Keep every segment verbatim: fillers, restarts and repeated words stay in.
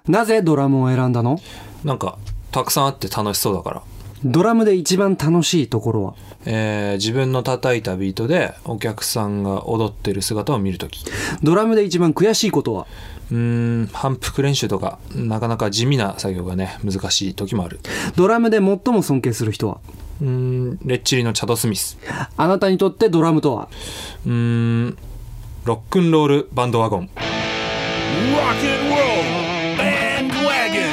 なぜドラムを選んだの？ なんかたくさんあって楽しそうだから。 ドラムで一番楽しいところは？ えー、自分の叩いたビートでお客さんが踊ってる姿を見るとき。 ドラムで一番悔しいことは？ うーん反復練習とかなかなか地味な作業がね難しい時もある。 ドラムで最も尊敬する人は？ うーんレッチリのチャド・スミス。 あなたにとってドラムとは？ うーんロックンロールバンドワゴン。 Rock and roll bandwagon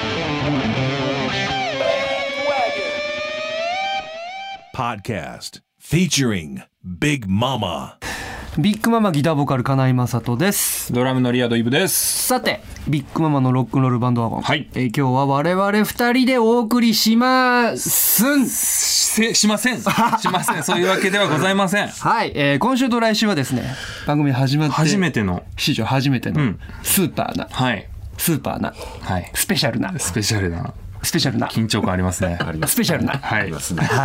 podcast featuring Big Mama。 ビッグママギターボーカル金井雅人です。 ドラムのリアドイブです。 さてビッグママのロックンロールバンドワゴン、 はい、 えー、今日は我々ふたりでお送りしますんし, しませんしませんそういうわけではございません。 はい、えー、今週と来週はですね番組始まって初めての史上初めてのうんスーパーな、 はい、 スーパーな、 はい、 スペシャルなスペシャルなスペシャルな緊張感ありますね。 スペシャルな、 はい、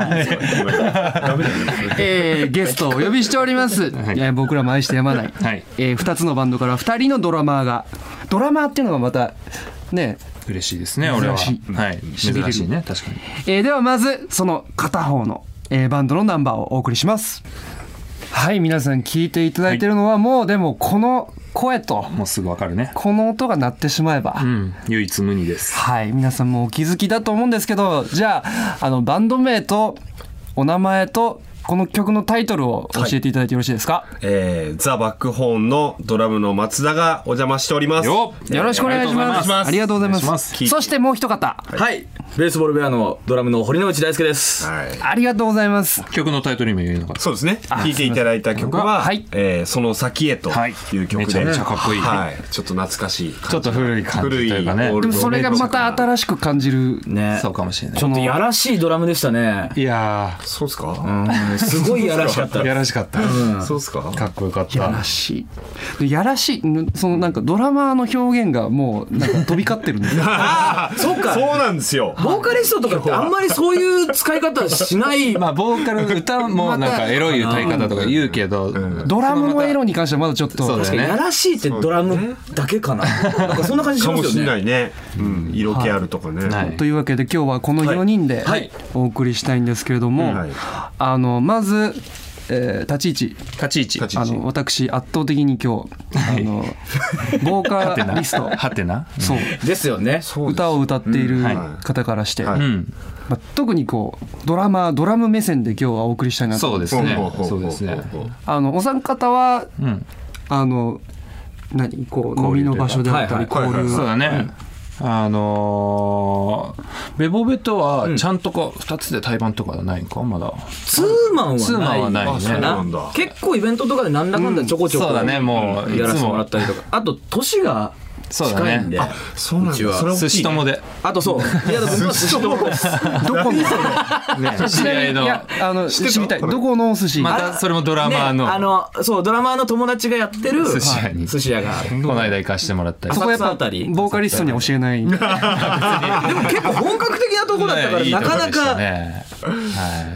えー、ゲストをお呼びしております、はい、えー、僕らも愛してやまない、はい、えー、ふたつのバンドからふたりのドラマーがドラマーっていうのがまたね嬉しいですね。俺は珍しい、 はい、珍しいね確かに、 えー、ではまずその片方の、えー、バンドのナンバーをお送りします。はい、皆さん聞いていただいているのは、はい、もうでもこの声ともうすぐわかるね。 この音が鳴ってしまえば、 うん、唯一無二です。 はい、皆さんもお気づきだと思うんですけど、じゃあ、あのバンド名とお名前とこの曲のタイトルを教えていただいてよろしいですか？ はい、えー、ザ・バックホーンのドラムの松田がお邪魔しております。 よ, よろしくお願いします。ありがとうございます。ます。そしてもう一方、 はい、はい、ベースボールベアのドラムの堀之内大輔です、 はい、 ありがとうございます。 曲のタイトルにも言うのか。 そうですね、聴いていただいた曲は、はい、えー、その先へという曲で、 はい、めちゃめちゃかっこいい、 はい、ちょっと懐かしい感じ、 ちょっと古い感じというかね。 でもそれがまた新しく感じる、 ね、 そうかもしれない。 ちょっとやらしいドラムでしたね。 いやーそうですか、 うん、すごいやらしかったやらしかった、 うん、 そうですか、 かっこよかった。 やらしいやらしい、そのなんかドラマーの表現がもうなんか飛び交ってるんですああそうか、 そうなんですよ。 ボーカリストとかってあんまりそういう使い方しないまあボーカル歌もなんかエロい歌い方とか言うけど、 うん、ドラムのエロに関してはまだちょっとそうだよね、 やらしいってドラムだけかな、なんかそんな感じしますよね。 かもしれないね、うん、色気あるとかね、 はい、というわけで今日はこのよにんでお送りしたいんですけれども、はい、あのまずえー、立ち位置立ち位置あの私圧倒的に今日、はい、あのボーカリストはてなそうですよね。 歌を歌っている方からして、 はいはい、 まあ、特にこうドラマドラム目線で今日はお送りしたいなと。 そうですねそうですね。 あのお三方は、 うん、 あの何こう飲みの場所であったり交流、 そうだね、うんあのー、ベボベとはちゃんとこうふたつで対バンとかはないんかまだ。 ツーマンはない。 ツーマンはないね。 そうなんだ。 結構イベントとかでなんだかんだちょこちょこ、 うん、そうだねもうやらせてもらったりとか、あと年が近いんで、 あ、そうなんだ。それ寿司友で、 あとそう、いや僕は寿司友です。 どこのね、知り合いの、いやあの知りたい。どこのお寿司？ またそれもドラマーの、 ね、あのそうドラマーの友達がやってる寿司屋に寿司屋がある。 この間行かしてもらったり。 そこやっぱボーカリストに教えない。でも結構本格的なとこだったから、ね、なかなか、 ね、はい。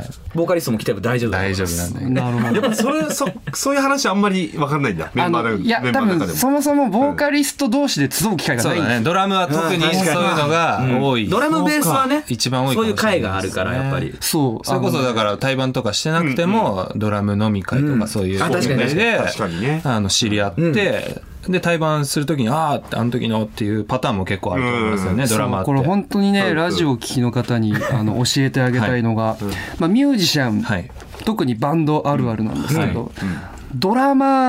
ボーカリストも来ても大丈夫大丈夫なんだよ。 なるほど。 やっぱそれ そ, そういう話あんまり分かんないんだ。メンバーのいや多分そもそもボーカリスト同士で集う機会がない。 そうだね。ドラムは特にそういうのが多い。 うん、ドラムベースはね一番多いかもしれないですね。 そういう会があるからやっぱり。 そう。 それこそだから対バンとかしてなくても、うん、ドラム飲み会とかそういう確かにで、 確かにね、 あの知り合って。うんで対バンするときにああってあの時のっていうパターンも結構あると思いますよね、うん、ドラマって。 これ本当にねラジオを聴きの方にあの教えてあげたいのが、はいまあ、ミュージシャン、はい、特にバンドあるあるなんですけど、はいドラマ、うん、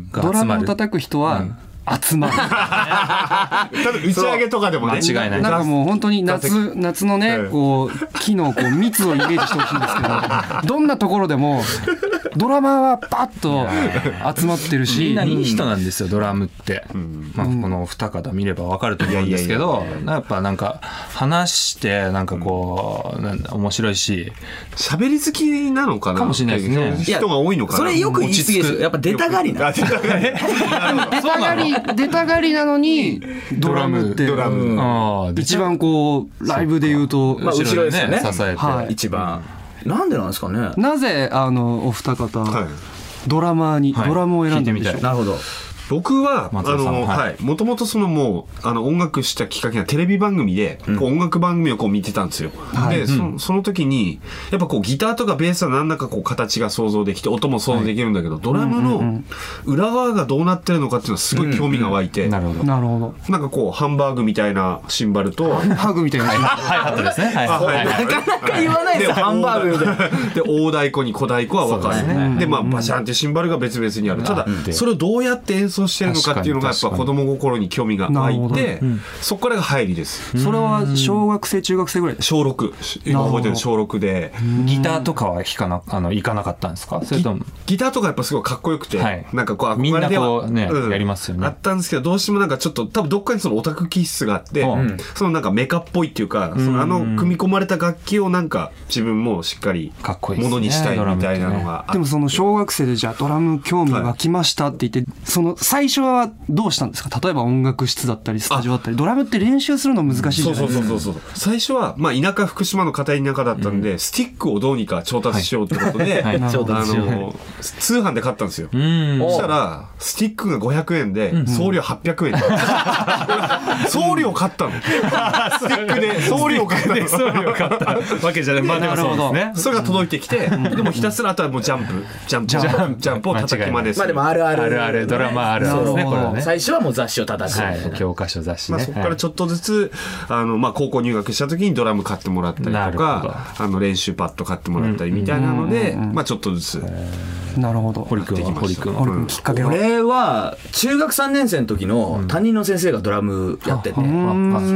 ドラムを叩く人は、うん集まる多分打ち上げとかでもね間違いない。 なんかもう本当に夏夏のねこう木のこう蜜をイメージしてほしいんですけどどんなところでもドラマーはパッと集まってるしみんないい人なんですよドラムって、うんまあ、この二方見れば分かると思うんですけどやっぱなんか話してなんかこうなんだ面白いし喋り好きなのかなかもしれないですね。 人が多いのかな。 それよく言い過ぎですよ。やっぱ出たがりな出たがり出たがり出たがりなのにドラムってドラム、うん、 あ一番こうライブで言うとまあ、後ろですよね支えて、 はい、 一番なんでなんですかね。 なぜあのお二方、はい、ドラマーに、はい、ドラムを選んでみたい。 なるほど。 僕はあのはいもともとそのもうあの音楽したきっかけがテレビ番組で、うん、こう音楽番組をこう見てたんですよ、はい、で、うん、そ, その時にやっぱこうギターとかベースは何らかこう形が想像できて音も想像できるんだけど、はい、ドラムの裏側がどうなってるのかっていうのはすごい興味が湧いて、 うんうん、なるほどなるほどなんかこうハンバーグみたいなシンバルとハンバーグみたいなハイハットですね、はいはい、なかなか言わないですよハンバーグみたいなで大太鼓に小太鼓は分かるで、ね、でまあバシャンってシンバルが別々にある、うん、ただそれをどうやって演奏してるのかっていうのがやっぱ子供心に興味が湧いて、うん、そこからが入りです。 それは小学生中学生ぐらい小ろく今覚えてる小ろくでギターとかは弾かなあの行かなかったんですか？それともギ, ギターとかやっぱすごいかっこよくて、はい、なんかこうみんなこうね、うん、やりますよね。 あったんですけどどうしてもなんかちょっと多分どっかにそのオタク気質があって、うん、そのなんかメカっぽいっていうか、うん、そのあの組み込まれた楽器をなんか自分もしっかりものにしたいみたいなのが、 でもその小学生でじゃあドラム興味湧きましたって言って、はい、その最初はどうしたんですか？例えば音楽室だったりスタジオだったりドラムって練習するの難しいじゃないですか。 そうそうそうそう最初はまあ田舎福島の片田舎だったんで、うん、スティックをどうにか調達しようってことで、はいはい、あの通販で買ったんですよ。そしたらスティックがごひゃくえんで、うん、送料はっぴゃくえんで、うん、送料買ったのスティックで送料買ったの送料買ったわけじゃない。まあでもそうですね。 それが届いてきて、うん、でもひたすらあとはもうジャンプジャンプジャンプジャンプを叩き真似する。 まあでもあるあるあるあるドラマあるあるですねこれはね。 最初はもう雑誌を叩く、 はい、教科書雑誌ね。 まあ、そこからちょっとずつあの、まあ、高校入学した時にドラム買ってもらったりとかあの練習パッド買ってもらったりみたいなので、うんうんうんまあ、ちょっとずつなるほど堀君は堀君は、 うん、きっかけは俺は中学さんねん生の時の担任の先生がドラムやってて、うん、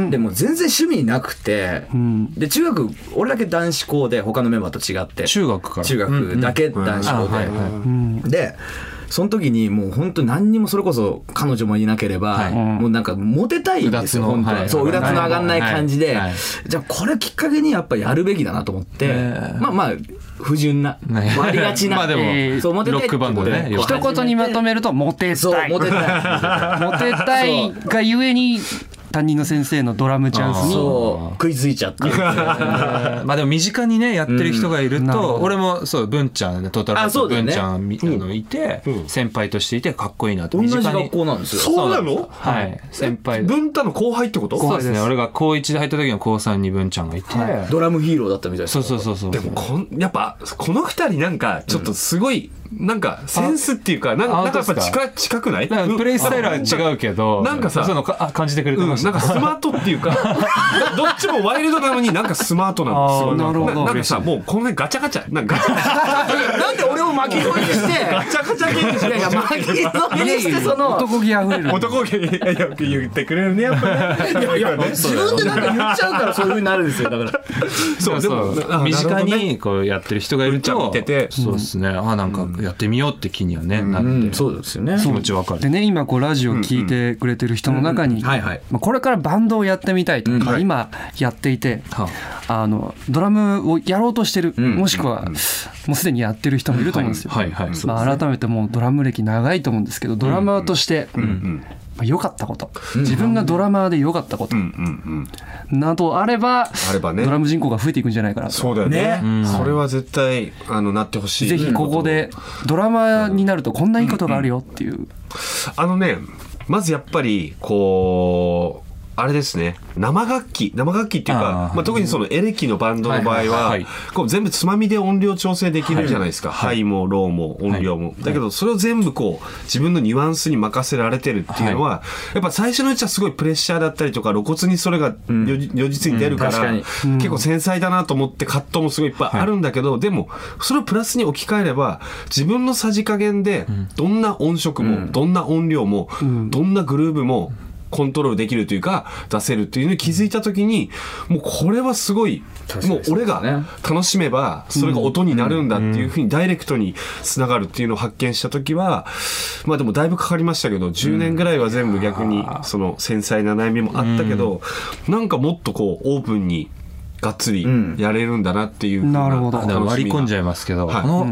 でも全然趣味なくて、うん、で中学俺だけ男子校で他のメンバーと違って中学から中学だけ男子校で、うん、でその時にもう本当に何にもそれこそ彼女もいなければ、はい、もうなんかモテたいんですよ本当は、はい、そううだつの上がんない感じで、はいはい、じゃあこれきっかけにやっぱやるべきだなと思って、まあまあ不純なありがちなまあでも、 えー、そうモテたいロックバンドでね一言にまとめるとモテたいそうモテたいモテたいがゆえに担任の先生のドラムチャンスにそう食いついちゃってまあでも身近にねやってる人がいると、うん、俺もそう文ちゃんトータルファ文ちゃん、ね、あのいて、うん、先輩としていてかっこいいなと同じ学校なんですよ。 そうなの？ はい、先輩文太の後輩ってこと？ そうですね。俺が高いちで入った時の高さんに文ちゃんがいて、はい、 ドラムヒーローだったみたいです。 そうそうそうそう。 でもこんやっぱこの二人なんかちょっとすごい、うん、なんかセンスっていうかなんかなんかやっぱ近近くない？ プレイスタイルは違うけどなんかさそういうのあ感じてくれてました。 うん、なんかスマートっていうかどっちもワイルドなのになんかスマートなの。 なるほど。 なんかさもうこの辺ガチャガチャなんかガチャなんで俺を巻き添えにしてガチャガチャゲームじゃない。いや巻き添えにしてその男気あふれる男気いやよく言ってくれるねやっぱね。いやいやね自分でなんか言っちゃうからそういう風になるんですよ。だからそうでも身近にこうやってる人がいると見ててそうですね。あなんかやってみようって気にはねなってそうですよね。 気持ちわかる。 でね今こうラジオ聞いてくれてる人の中にまあこれからバンドをやってみたいとか今やっていてあのドラムをやろうとしてるもしくはもうすでにやってる人もいると思うんですよ。まあ改めてもうドラム歴長いと思うんですけどドラマーとして良かったこと自分がドラマーで良かったことなどあればドラム人口が増えていくんじゃないかなと。 そうだよね。それは絶対あのなってほしい。 ぜひここでドラマーになるとこんないいことがあるよっていうあのねまずやっぱりこうあれですね生楽器生楽器っていうかまあ、特にそのエレキのバンドの場合はこう全部つまみで音量調整できるじゃないですか、はい、ハイもローも音量も、はい、だけどそれを全部こう自分のニュアンスに任せられてるっていうのは、はい、やっぱ最初のうちはすごいプレッシャーだったりとか露骨にそれが如実に出るから、うんうん、結構繊細だなと思って葛藤もすごいいっぱいあるんだけど、はい、でもそれをプラスに置き換えれば自分のさじ加減でどんな音色も、うん、どんな音量も、うん、どんなグルーヴもコントロールできるというか出せるっていうのに気づいた時にもうこれはすごいもう俺が楽しめばそれが音になるんだっていうふうにダイレクトにつながるっていうのを発見した時はまあでもだいぶかかりましたけどじゅうねんぐらいは全部逆にその繊細な悩みもあったけどなんかもっとこうオープンにがっつりやれるんだなっていう、 なるほど割り込んじゃいますけど、はい、この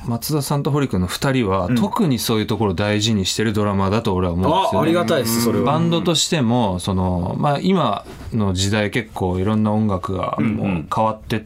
松田さんと堀君のふたりは、うん、特にそういうところを大事にしてるドラマーだと俺は思うんですよ、ね、 あ, ありがたいですそれは。 バンドとしてもその、まあ、今の時代結構いろんな音楽がもう変わってって、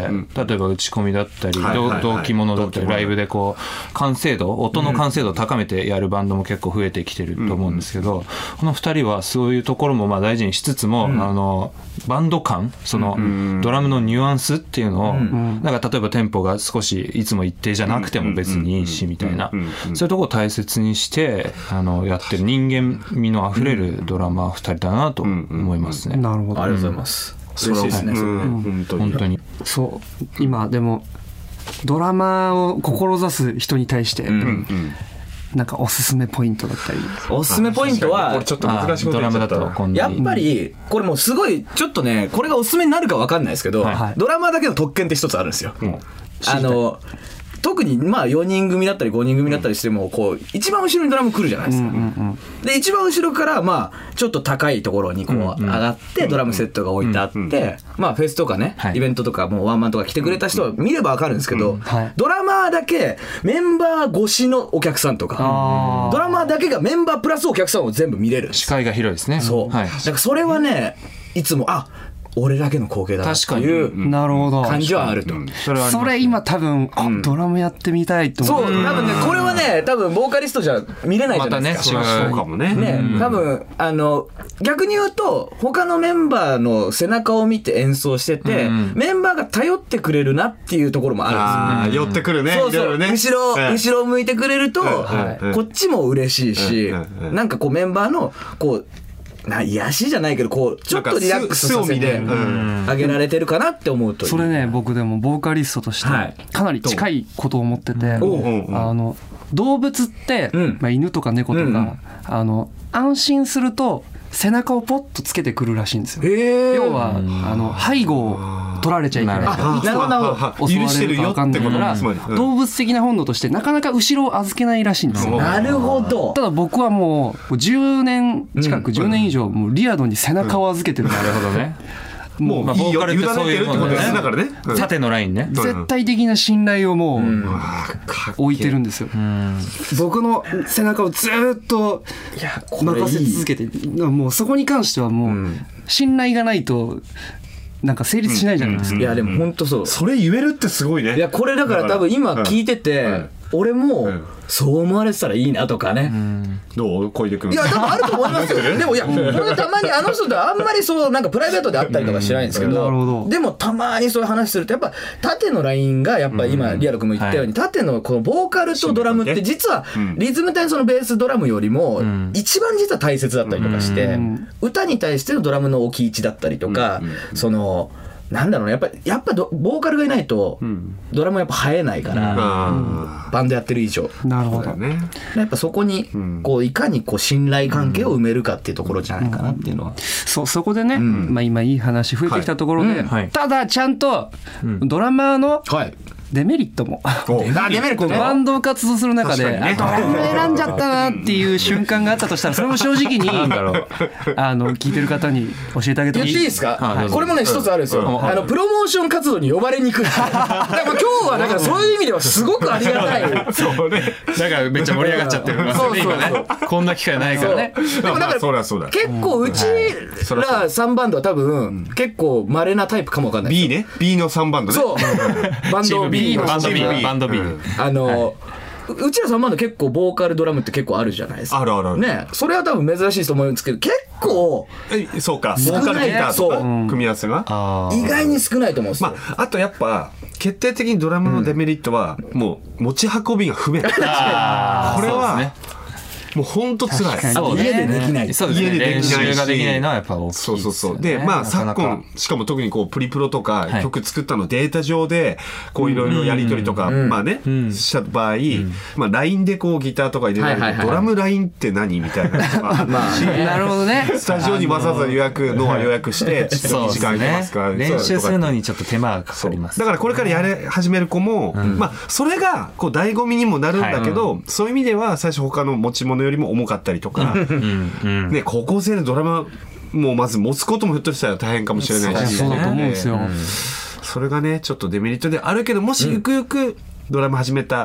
うんうん、例えば打ち込みだったり、はいはいはい、同期ものだったりライブでこう完成度音の完成度を高めてやるバンドも結構増えてきてると思うんですけど、うんうん、このふたりはそういうところもまあ大事にしつつも、うん、あのバンド感その、うん、ドラムのニュアンスっていうのを、うん、なんか例えばテンポが少しいつも一定じゃなくても別にいいしみたいな、そういうところを大切にしてあのやってる人間味のあふれるドラマーふたりだなと思いますね。 なるほど、 ありがとうございます。嬉しいですね、うん、 本当に本当にそう今でもドラマを志す人に対して、うんうん、なんかおすすめポイントだったり。 おすすめポイントはこれちょっと難しいこと言っちゃったらやっぱりこれもうすごいちょっとねこれがおすすめになるか分かんないですけど、はい、ドラマだけの特権って一つあるんですよ、うん、あの特にまあよにん組だったりごにん組だったりしてもこう一番後ろにドラム来るじゃないですか、うんうんうん、で一番後ろからまあちょっと高いところにこう上がってドラムセットが置いてあってまあフェスとかねイベントとかもうワンマンとか来てくれた人は見ればわかるんですけどドラマーだけメンバー越しのお客さんとかドラマーだけがメンバープラスお客さんを全部見れる。 視界が広いですね。 そう、はい、だからそれはねいつもあ俺だけの光景だなっていう感じはあると。 それ, それ今多分あ、うん、ドラムやってみたいと思う。 そう多分ねこれはね多分ボーカリストじゃ見れないじゃないですか。 またねそうかもね。 ね、うん、多分あの逆に言うと他のメンバーの背中を見て演奏してて、うん、メンバーが頼ってくれるなっていうところもあるんですよ。 あ寄ってくるね。 そうそう、ね、後ろ、 うん、 後ろを向いてくれると、うん、こっちも嬉しいし、うん、なんかこうメンバーのこうな癒しじゃないけどこうちょっとリラックスさせてあげられてるかなって思うと。 それね僕でもボーカリストとしてかなり近いことを思ってて、はい、あの動物って、うんまあ、犬とか猫とか、うん、あの安心すると背中をポッとつけてくるらしいんですよ。要はあの背後を取られちゃいけない。 なるほど襲われるか分かんないから動物的な本能としてなかなか後ろを預けないらしいんですよ。 なるほど。 ただ僕はもうじゅうねん近く、うん、じゅうねん以上もうリアドに背中を預けてる、うん、 なるほどね。 もう、まあ、ボーカルってそういうものですね。だからね、 うん、縦のラインね、 絶対的な信頼をもう、うん、置いてるんですよ、うん、僕の背中をずっと任せ続けてもうそこに関してはもう信頼がないとなんか成立しないじゃないですか、 うん、いやでも本当そうそれ言えるってすごいね。 いやこれだから多分今聞いてて、うんうん、俺もそう思われてたらいいなとかね、うん、 どう小出君。 いや多分あると思いますよでもいや俺たまにあの人とあんまりそうなんかプライベートで会ったりとかしないんですけど、うん、でもたまにそういう話するとやっぱ縦のラインがやっぱ今リアル君も言ったように、うん、縦のこのボーカルとドラムって実はリズム隊そのベースドラムよりも一番実は大切だったりとかして、うん、歌に対してのドラムの置き位置だったりとか、うん、そのなんだろうねやっぱやっぱボーカルがいないとドラムやっぱ生えないから、うん、バンドやってる以上。 なるほどね。やっぱそこにこういかにこう信頼関係を埋めるかっていうところじゃないかなっていうのは、うん、 そ, そこでね、うんまあ、今いい話増えてきたところで、はいうん、ただちゃんとドラマーの、はいデメリットもデメリットバンドを活動する中で、ね、ドラム選んじゃったなっていう瞬間があったとしたらそれも正直にあの聞いてる方に教えてあげてほしい。 言っていいですか、はい、これもね一つあるんですよ、うん、あのプロモーション活動に呼ばれにくいだから今日はだからそういう意味ではすごくありがたいそうねだからめっちゃ盛り上がっちゃってるますよね今ねこんな機会ないからね。 でもだから結構うちらさんバンドは多分結構稀なタイプかもわかんない。 B ね B のさんバンドね。 そうバンド B バンド B バンド B、うん、 あの、はいうちらさんバンド結構ボーカルドラムって結構あるじゃないですか。 あるあるあるね。それは多分珍しいと思うんですけど結構えそうかボーカルギターとか組み合わせが意外に少ないと思うんですよ。 まあ、あとやっぱ決定的にドラムのデメリットは、うん、もう持ち運びが不便これはもう本当辛い。 そう、ね、家でできない。 そうですね。家でできないし練習ができないのはやっぱ大きいですよね。 そうそうそう。で、まあ昨今しかも特にこうプリプロとか曲作ったのデータ上でこういろいろやり取りとか、うん、まあね、うん、した場合、うん、まあ ライン でこうギターとか入れられる、はいはいはい、ドラム ライン って何みたいなのとか、 まあね、なるほどね。 スタジオにわざわざ予約ノア予約してちょっと時間ありますか、 ね、練習するのにちょっと手間がかかります。 だからこれからやれ始める子も、うん、まあそれがこう醍醐味にもなるんだけど、はいうん、そういう意味では最初他の持ち物よりも重かったりとか、うんうんね、高校生でドラマもうまず持つこともひょっとしたら大変かもしれないし、 そうだと思うんですよ、 うん、それがねちょっとデメリットであるけどもしゆくゆくドラム始めた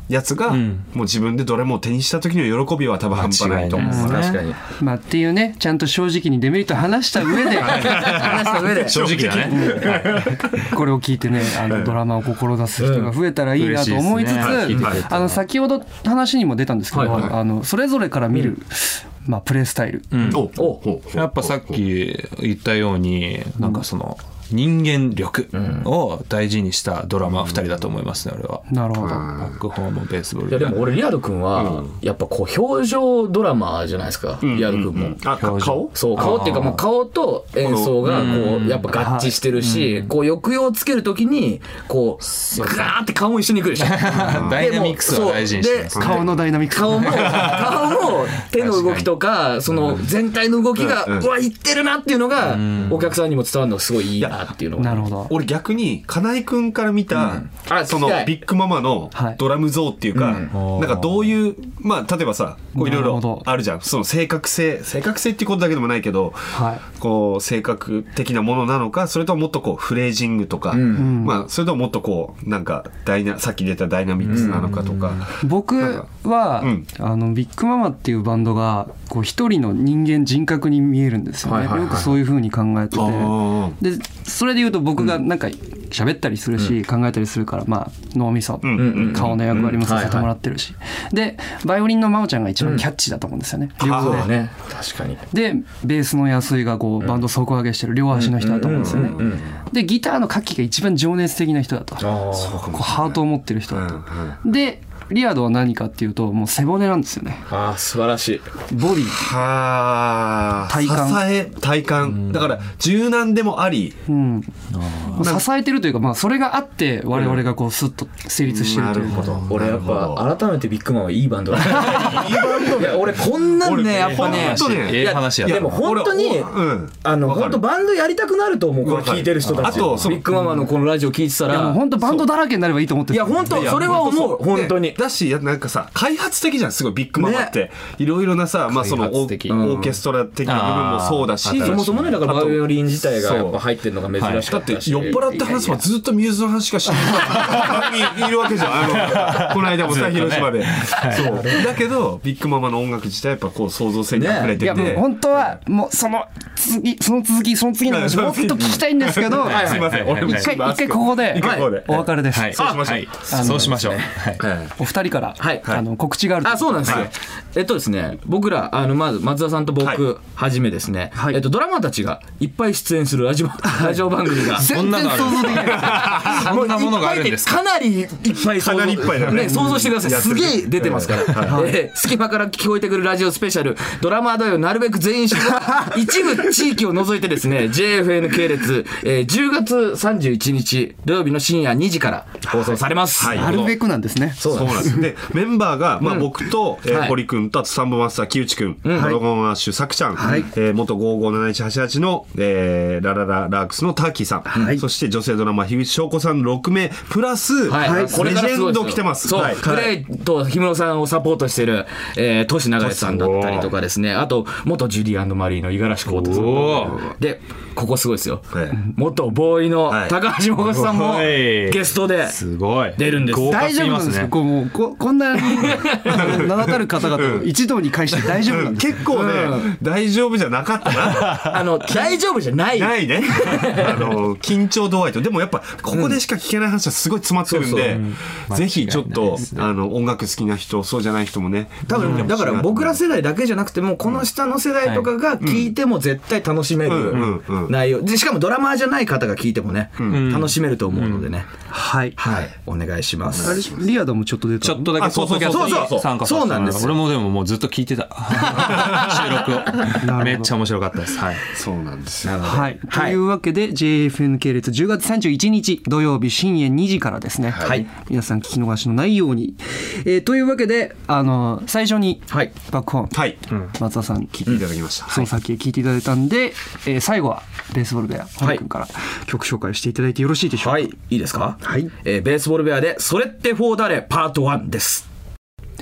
やつが、うん、もう自分でどれも手にした時の喜びは多分半端ないと思う、ね、 確かに、 まあ、っていうねちゃんと正直にデメリット話した上で話した上で正直だね、 うん、これを聞いてねあのドラマを志す人が増えたらいいなと思いつつ、うんね、あの先ほど話にも出たんですけど、はいはい、あのそれぞれから見る、うんまあ、プレースタイル、うん、おおやっぱさっき言ったようになんかその人間力を大事にしたドラマふたりだと思いますね、俺は。 なるほど。 バックホームベースボール。 いやでも俺リアド君はやっぱこう表情ドラマじゃないですか、リアド君も。 あ、顔？ そう顔っていうかもう顔と演奏がこうやっぱ合致してるし、こう抑揚をつけるときにこうガーって顔も一緒にいくでしょ。 ダイナミックスを大事にしてます。 顔のダイナミックス。 顔も顔も手の動きとかその全体の動きがうわいってるなっていうのがお客さんにも伝わるのがすごいいいなっていうのが。 なるほど。 俺逆に金井くんから見た、うん、そのビッグママのドラム像っていうか、はい、なんかどういうまあ例えばさこういろいろあるじゃんその正確性正確性っていうことだけでもないけど、はい、こう性格的なものなのかそれとももっとこうフレージングとか、うん、まあそれとももっとこうなんかダイナさっき出たダイナミックスなのかとか、 うん、僕は、うん、あのビッグママっていうバンドがこう一人の人間人格に見えるんですよね、はいはいはい、よくそういう風に考えててでそれで言うと僕がなんか喋ったりするし、うん、考えたりするからまあ脳みそ、うん、顔の役割もさせてもらってるし、でバイオリンの真央ちゃんが一番キャッチーだと思うんですよね、 うん、そうだね確かに。 でベースの安井がこうバンド底上げしてる両足の人だと思うんですよね、うんうんうんうん、でギターのカッキーが一番情熱的な人だと、こうハートを持ってる人だと、うんうん、でリアドは何かっていうともう背骨なんですよね。 ああ素晴らしい。 ボディは体幹支え体幹、うん、だから柔軟でもあり、うん、 支えてるというか、まあ、それがあって我々がこうスッと成立してるというか、 うん、俺やっぱ改めてビッグマンはいいバンドだいいバンドいや俺こんなんねやっぱねええ話やでも本当に、うん、あの本当バンドやりたくなると思うこれ聞いてる人たち。あとビッグママのこのラジオ聞いてたら、 いやもう本当バンドだらけになればいいと思ってる。 いや本当それは思う本当に。 だしなんかさ開発的じゃんすごいビッグママって、ね、いろいろなさ、まあ、そのオーケストラ的な部分もそうだし、 そもそもねだからバイオリン自体がやっぱ入ってるのが珍しかったし、 だって酔っ払って話すはずっとミューズの話しかしないいるわけじゃんあのこの間もさ広島で、はい、そうだけどビッグママの音楽自体やっぱこう創造性にあふれてて、ね、 いやもう本当はもうその次その続きその次の話もっと聞きたいんですけどはい、すいません俺も一回一回ここでお別れです、 はい、そうしましょう、はい、そうしましょう、はい、 お二人から、はい、あの告知があると。 あそうなんですよ、はい、えっとですね僕らあのまず松田さんと僕はじめですね、はいえっと、ドラマーたちがいっぱい出演するラジオラジオ番組が全然想像できないそんなものがあるんですか。 かなりいっぱい想像、ね、想像してください。すげえ出てますから、はいえー、隙間から聞こえてくるラジオスペシャルドラマーだよなるべく全員集合一部地域を除いてですね ジェイエフエヌ 系列、えー、じゅうがつさんじゅういちにち土曜日の深夜にじから放送されます、 はいはい、なるべくなんですね。 そうなんですでメンバーが、まあ、僕と、うんえー、堀君とあとサンボマスター木内君、うん、ドラゴンアッシュさくちゃん、はいえー、元ごーごーなないちはちはちの、えー、ララララークスのターキーさん、はい、そして女性ドラマ樋口翔子さんろくめいプラス、はいはい、これレジェンド来てます。 そう、はい、クレイと氷室さんをサポートしている、えー、トシナガレさんだったりとかですね、あと元ジュディ&マリーの五十嵐浩太さんでここすごいですよ、はい、元ボーイの高橋真さんもゲストで出るんです。 大丈夫なんですよ。こうもう こ, こんな名だたる方々一堂に会して大丈夫なんです。 結構ね、うん、大丈夫じゃなかったなあの大丈夫じゃないないねあの緊張度合いとでもやっぱここでしか聞けない話はすごい詰まってるんで、うん、そうそうぜひちょっと、ね、あの音楽好きな人そうじゃない人もね多分、うん、だから僕ら世代だけじゃなくてもこの下の世代とかが聞いても絶対楽しめる内容でしかもドラマーじゃない方が聞いてもね、うん、楽しめると思うのでね、うん、はい、はい、お願いします。 あれリアドもちょっと出たちょっとだけポッドキャストに参加させてもらいます。俺もでももうずっと聞いてた収録をめっちゃ面白かったです、はい、 そうなんですよ、 はい、というわけで ジェイエフエヌ 系列じゅうがつさんじゅういちにち土曜日深夜にじからですね、はい、皆さん聞き逃しのないように、えー、というわけであの最初にバックホーン、はいうん、松田さん聞いていただきました、うん、 その先聞いていただいたんで、えー、最後はベースボールベア堀君から曲紹介していただいてよろしいでしょうか。 はい、いいですか、はいえー、ベースボールベアでそれってフォーダレパートワンです。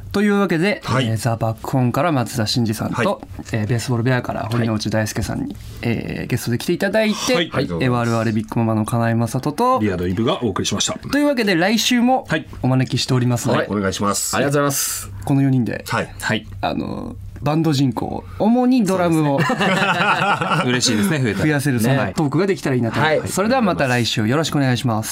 というわけで、 はいえー、ザ・バックホーンから松田真二さんと、 はいえー、ベースボールベアから堀之内大輔さんに、えー、ゲストで来ていただいて、 はいはいえー、我々ビッグママの金井雅人とリアドイブがお送りしました。 というわけで来週もお招きしておりますので、 はい、お願いします。 ありがとうございます。 このよにんで、 はい。 はい。 あのバンド人口主にドラムを嬉しいですね、増えたら。 増やせるそのねトークができたらいいなと思います、 はいそれではまた来週よろしくお願いします。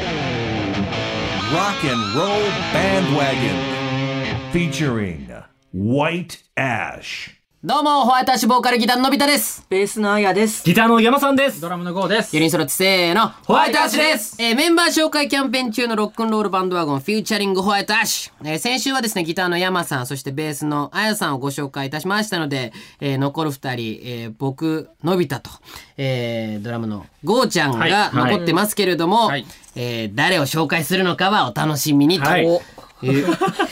Rock and Roll Bandwagon featuring White Ash. どうも、ホワイトアッシュボーカルギターののび太です。 ベースのあやです。 ギターの山さんです。 ドラムのゴーです。 よにん揃ってせーの、ホワイトアッシュです。えー、メンバー紹介キャンペーン中のロックンロールバンドワゴンフューチャリングホワイトアッシュ。えー、先週はですね、ギターの山さん、そしてベースのあやさんをご紹介いたしましたので、えー、残るふたり、えー、僕、のび太と、えー、ドラムのゴーちゃんが残ってますけれども、 はいえー、誰を紹介するのかはお楽しみにと。 はいおえー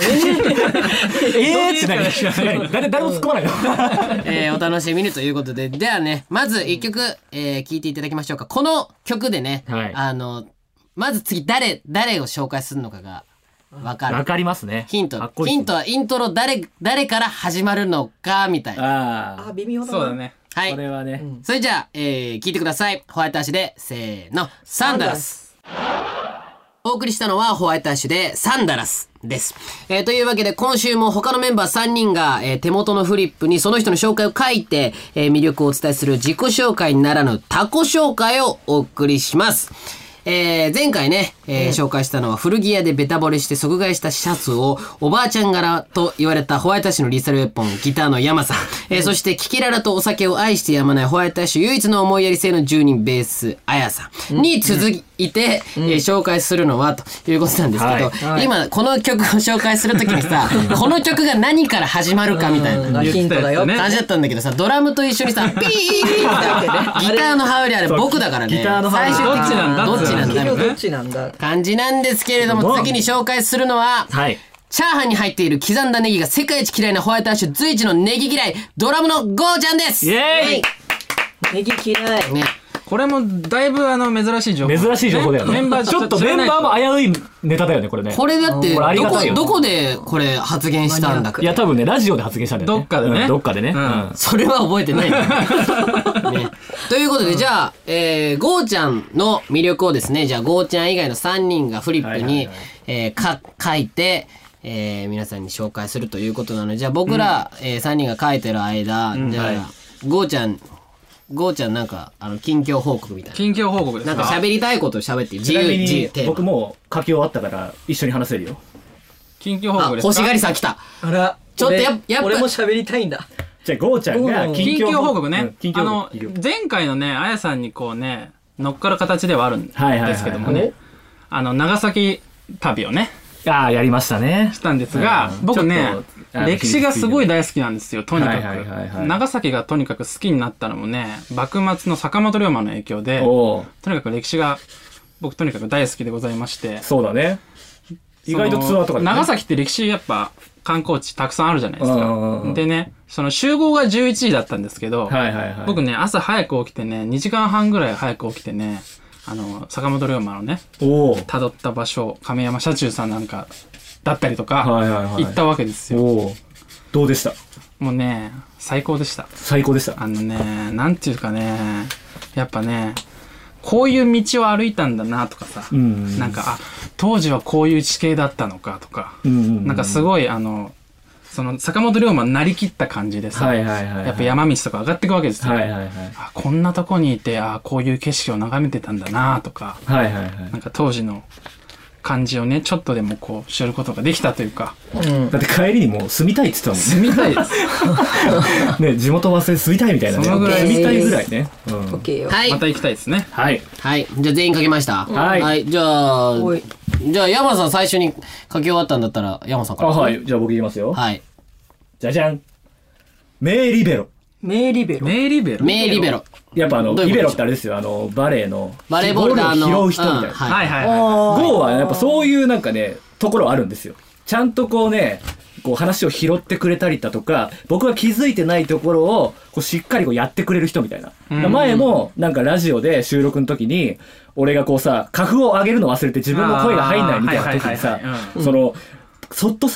えーって何誰誰も突っ込まないのえーお楽しみにということで、ではね、まず一曲、えー、聴いていただきましょうか。この曲でね、 はいあの、まず次誰、誰を紹介するのかがわかる。 わかりますね。 ヒントかっこいいっすねヒントはイントロ誰、誰から始まるのか、みたいな。 ああ、微妙だな。 そうだね。 はあ、これい。 はね。 それじゃあ、えー、聞いてください。ホワイトアッシュで、せーの、サンダラス。お送りしたのはホワイトアッシュでサンダラスです。えー、というわけで今週も他のメンバーさんにんが、えー、手元のフリップにその人の紹介を書いて、えー、魅力をお伝えする自己紹介ならぬ他己紹介をお送りします。えー、前回ね、えー紹介したのは古着屋でベタ惚れして即買いしたシャツをおばあちゃん柄と言われたホワイトアッシュのリーサルウェポンギターの山さん、えーそしてキキララとお酒を愛してやまないホワイトアッシュ唯一の思いやり性の住人ベースあやさんに続いて、えー紹介するのはということなんですけど、 はい、 今この曲を紹介するときにさこの曲が何から始まるかみたいなヒントだよ。 感じだったんだけどさ、ドラムと一緒にさピーピーってギターの羽織あれ僕だからね、 ギターの羽織最終的にどっちなんだ結局どっみたいなちなんだ。 感じなんですけれども、次に紹介するのは、 はい。 チャーハンに入っている刻んだネギが世界一嫌いなホワイトアッシュ随一のネギ嫌いドラムのゴーちゃんです。 イエーイ。 ネギ嫌い。 ね、 これもだいぶあの珍しい情報。 珍しい情報だよね。 メンバーちょっとメンバーも危ういネタだよね、これね。 これだってこれありどこがたいよねどこでこれ発言したんだっけ。 いや、多分ね、ラジオで発言したんだよね。 どっかでねうんどっかでね。うんそれは覚えてないんだよね。ということで、じゃあ、えー、ゴーちゃんの魅力をですね、じゃあゴーちゃん以外のさんにんがフリップに、 はいはいはいえーか書いて、えー皆さんに紹介するということなので、じゃあ僕ら、えーさんにんが書いてる間、じゃあ、ゴーちゃんゴーちゃんなんかあの近況報告みたいな。 近況報告ですか。 なんか喋りたいことを喋って自ちなみ由自由にテーマ。 僕もう書き終わったから一緒に話せるよ。 近況報あ告ですか。 欲しがりさん来た。 あら。 ちょっとやっやっぱ俺も喋りたいんだ。 じゃあ、ゴーちゃんがうん近況報告ね。 うん近況あの報告いいよ前回のねあやさんにこうね乗っかる形ではあるんですはいはいはいけどもね、あの長崎旅をねああ、やりましたね。 したんですが、 うん僕ねちょっとあ歴史がすごい大好きなんですよ。とにかはいはいはいはいく長崎がとにかく好きになったのもね幕末の坂本龍馬の影響で、 おお、 とにかく歴史が僕とにかく大好きでございまして、 そうだね。意外とツアーとかでね長崎って歴史やっぱ観光地たくさんあるじゃないですうんうんうんか。でねその集合がじゅういちじだったんですけど、 はいはいはい。 僕ね朝早く起きてねにじかんはんぐらい早く起きてねあの坂本龍馬のねおお。 辿った場所亀山社中さんなんかだったりとかはいはいはい行ったわけですよ。 おお。どうでした？ もうね最高でした。 最高でした。 あのねなんていうかねやっぱねこういう道を歩いたんだなとかさ、 うんうんうんなんかあ当時はこういう地形だったのかとか、 うんうんうんなんかすごいあのその坂本龍馬なりきった感じでさ、 はいはいはいはい。 やっぱ山道とか上がっていくわけですよ。 はいはいはい。 あこんなとこにいてあこういう景色を眺めてたんだなとか、 はいはいはい。 なんか当時の感じをねちょっとでもこう知ることができたというか、 だって帰りにもう住みたいって言ってたもんね。 住みたいです。 ね、地元忘れ住みたいみたいなね。 そのぐらい住みたいぐらいね。うん。 オッケーよ。 はいまた行きたいですね。 はい。 はい。じゃあ全員書きました。 はいじゃあおいじゃあ山さん最初に書き終わったんだったら山さんかあ、 ら。 はい。じゃあ僕言いますよ。 はい。 じゃじゃん。名リベロ。 メイリベロ。 メイリベロ。 メイリベロ。 やっぱあの、 どういうことリベロってあれですよ。あの、バレーの。 バレーボールのあのゴールを拾う人みたいな。 うんはいはいはいはい。 ゴーはやっぱそういうなんかね、ところあるんですよ。ちゃんとこうね、こう話を拾ってくれたりだとか、僕が気づいてないところをこうしっかりこうやってくれる人みたいな。 うん前もなんかラジオで収録の時に、俺がこうさ、花粉を上げるの忘れて自分の声が入んないみたいな時にさあーはいはいはいはい、 その、そっとさ、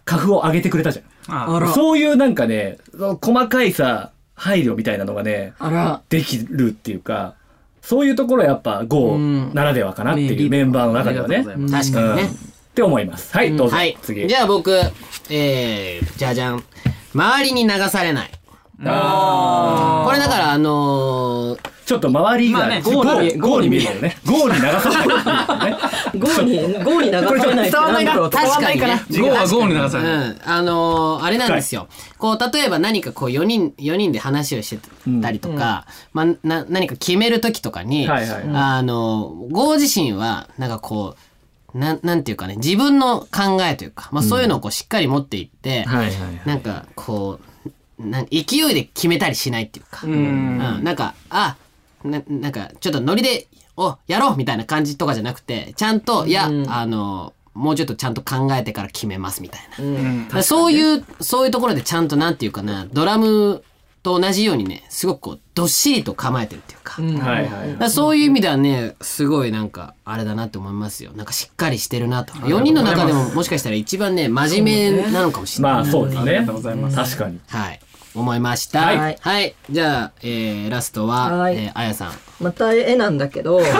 格を上げてくれたじゃん。そういうなんかね細かいさ配慮みたいなのがねできるっていうか、そういうところはやっぱ ゴー ならではかなっていう、メンバーの中ではね。 確かにね、うん、 って思います。はい、どうぞ、はい、次。 じゃあ僕、えー、じゃじゃん。周りに流されない。あこれだからあのー、 ちょっと周りがゴーに見えるよね。ゴーに流されない。 ゴーにゴーに流されない。 伝わらないな。 確かにね。 ゴーはゴーに流されない。 うん、あのー、あれなんですよ。こう例えば何かこうよにんよにんで話をしてたりとか、うん、まあな何か決める時とかに、はいはい、あのー、ゴー自身はなんかこうななんていうかね、自分の考えというか、まあそういうのをこうしっかり持っていって、うん、なんかこう。な勢いで決めたりしないっていうか、うん、うん、なんかあななんかちょっとノリでおやろうみたいな感じとかじゃなくて、ちゃんといや、うん、あのもうちょっとちゃんと考えてから決めますみたいな、うん、そういうそういうところでちゃんとなんていうかな、ドラムと同じようにね、すごくこうどっしりと構えてるっていうか、うん、はいはいはい、そういう意味ではね、すごいなんかあれだなって思いますよ。なんかしっかりしてるなと。よにんの中でももしかしたら一番ね真面目なのかもしれない。 まあそうですね。ありがとうございます。 確かに。 はい。思いました。はい。はい、じゃあ、えー、ラストは、はい、えー、あやさん。 また絵なんだけど。絵で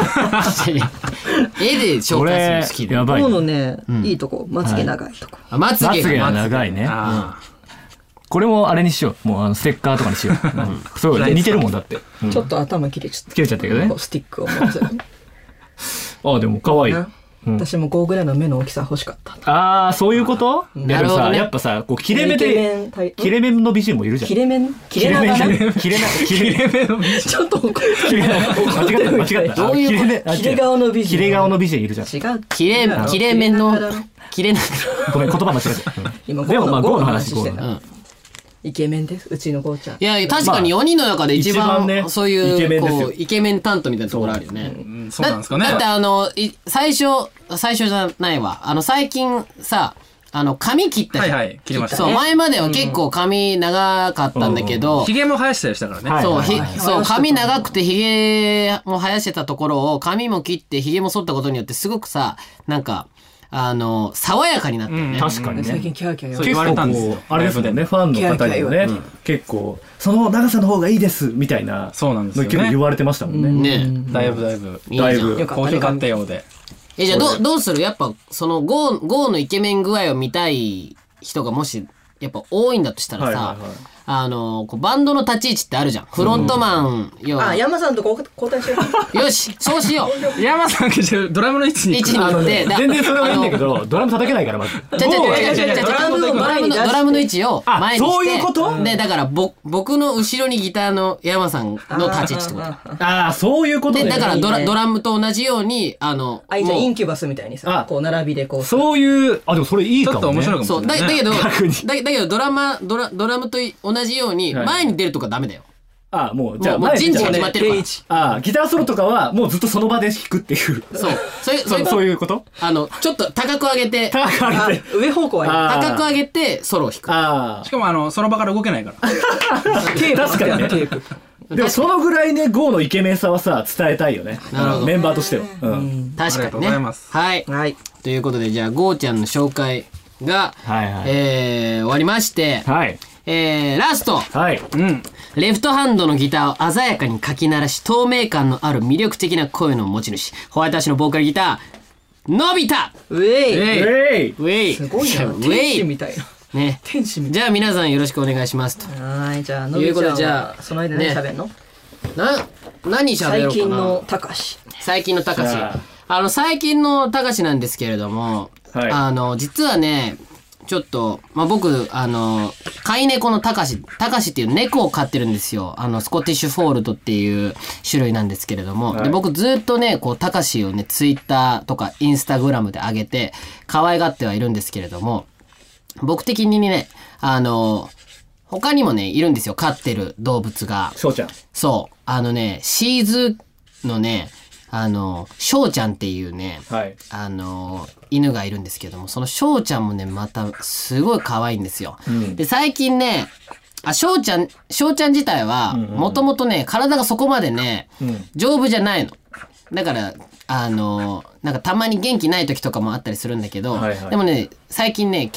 紹介する好きで。 やばい。このね、うん、いいとこ、まつげ長いとこ。 はい、まつげが長いね。うん、これもあれにしよう。もうあのステッカーとかにしよう。うん、そう似てるもんだって。 うん、ちょっと頭切れちゃった。 切れちゃったけどね。 スティックを持つ。 あ、でも可愛い。 うん、私もごぐらいの目の大きさ欲しかった。 ああ、そういうこと？なるほどね。やっぱさ、こう切れ目で切れ目の美人もいるじゃん。 切れ目切れ目切れ目切れ目の美人。 ちょっと怒切れ間違った間違った。 どういう切れ顔の美人。 切れ顔の美人いるじゃん。 違う。 切れ切れ目の切れな。 ごめん、言葉間違えた。今でもまあゴーの話してた。 イケメンです、うちのゴーちゃん。 いや確かによにんの中で一番そういうこうイケメン担当みたいなところあるよね。 そうなんですかね。 だってあの最初最初じゃないわ、あの最近さ、あの髪切ったじゃん。はいはい、切りましたね。そう前までは結構髪長かったんだけど、 ひげも生やしたりしたからね。 そうひそう髪長くてひげも生やしてたところを髪も切ってひげも剃ったことによってすごくさ、なんかあの爽やかになってるね。 確かにね。 最近キャーキャー言われたんですよ。あれですもんね、ファンの方にもね、結構その長さの方がいいですみたいなの結構言われてましたもんね。 ね、だいぶだいぶだいぶ好評買ったようで。 えじゃあどどうする？やっぱそのゴーゴーのイケメン具合を見たい人がもしやっぱ多いんだとしたらさ。あのこうバンドの立ち位置ってあるじゃん。フロントマンよ。あ、山さんと交代しよう。よし、そうしよう。山さんがドラムの位置に位置に行って、 全然それはいいんだけど、ドラム叩けないからまず。 じゃじゃじゃじゃじゃドラムのドラムの位置を前にして。 そういうこと？ でだからぼ僕の後ろにギターの山さんの立ち位置ってこと。 ああ、そういうことね。 でだからドラドラムと同じようにあの。 あ、じゃインキュバスみたいにさ、こう並びでこう。 そういうあでもそれいいかもね。 ちょっと面白いかもしれない。 そうだだけどだだけどドラマドラドラムと同じように。前に出るとかダメだよ。 ああ、もうじゃあもう陣地が決まってるから。 ああ、ギターソロとかはもうずっとその場で弾くっていう。 そう。そういうそういうそういうこと？ あのちょっっと高く上げて高く上げて上方向は高く上げてソロを弾く。 あしかもあのその場から動けないから。 テープ確かにね。テープ。でもそのぐらいねゴーのイケメンさはさ伝えたいよね。メンバーとしては。うん。 確かにね。はい。はい。ということでじゃあゴーちゃんの紹介が、はいはい、えー、終わりまして。はい。えー、ラスト、はいうん、レフトハンドのギターを鮮やかにかき鳴らし透明感のある魅力的な声の持ち主ホワイトアッシュのボーカルギターのび太ウェイウェイウェイすごいな天使みたいなね天使みたいなじゃあ皆さんよろしくお願いしますとはいじゃあのびちゃんはその間何喋んの、ね、 な何喋ろうかな最近のたかし最近のたかしあの最近のたかしなんですけれども、はい、あの実はねちょっと、まあ、僕、あの、飼い猫のタカシ、タカシっていう猫を飼ってるんですよ。あの、スコティッシュフォールドっていう種類なんですけれども。はい、で僕ずっとね、こう、タカシをね、ツイッターとかインスタグラムで上げて、可愛がってはいるんですけれども、僕的にね、あの、他にもね、いるんですよ。飼ってる動物が。 翔ちゃん。 そう。あのね、シーズのね、あの、翔ちゃんっていうね、はい、あの、犬がいるんですけども、その翔ちゃんもね、またすごい可愛いんですよ。うん、で、最近ね、あ、翔ちゃん、翔ちゃん自体は、もともとね、体がそこまでね、うん、丈夫じゃないの。だから、あの、なんかたまに元気ない時とかもあったりするんだけど、はいはい、でもね、最近ね、結構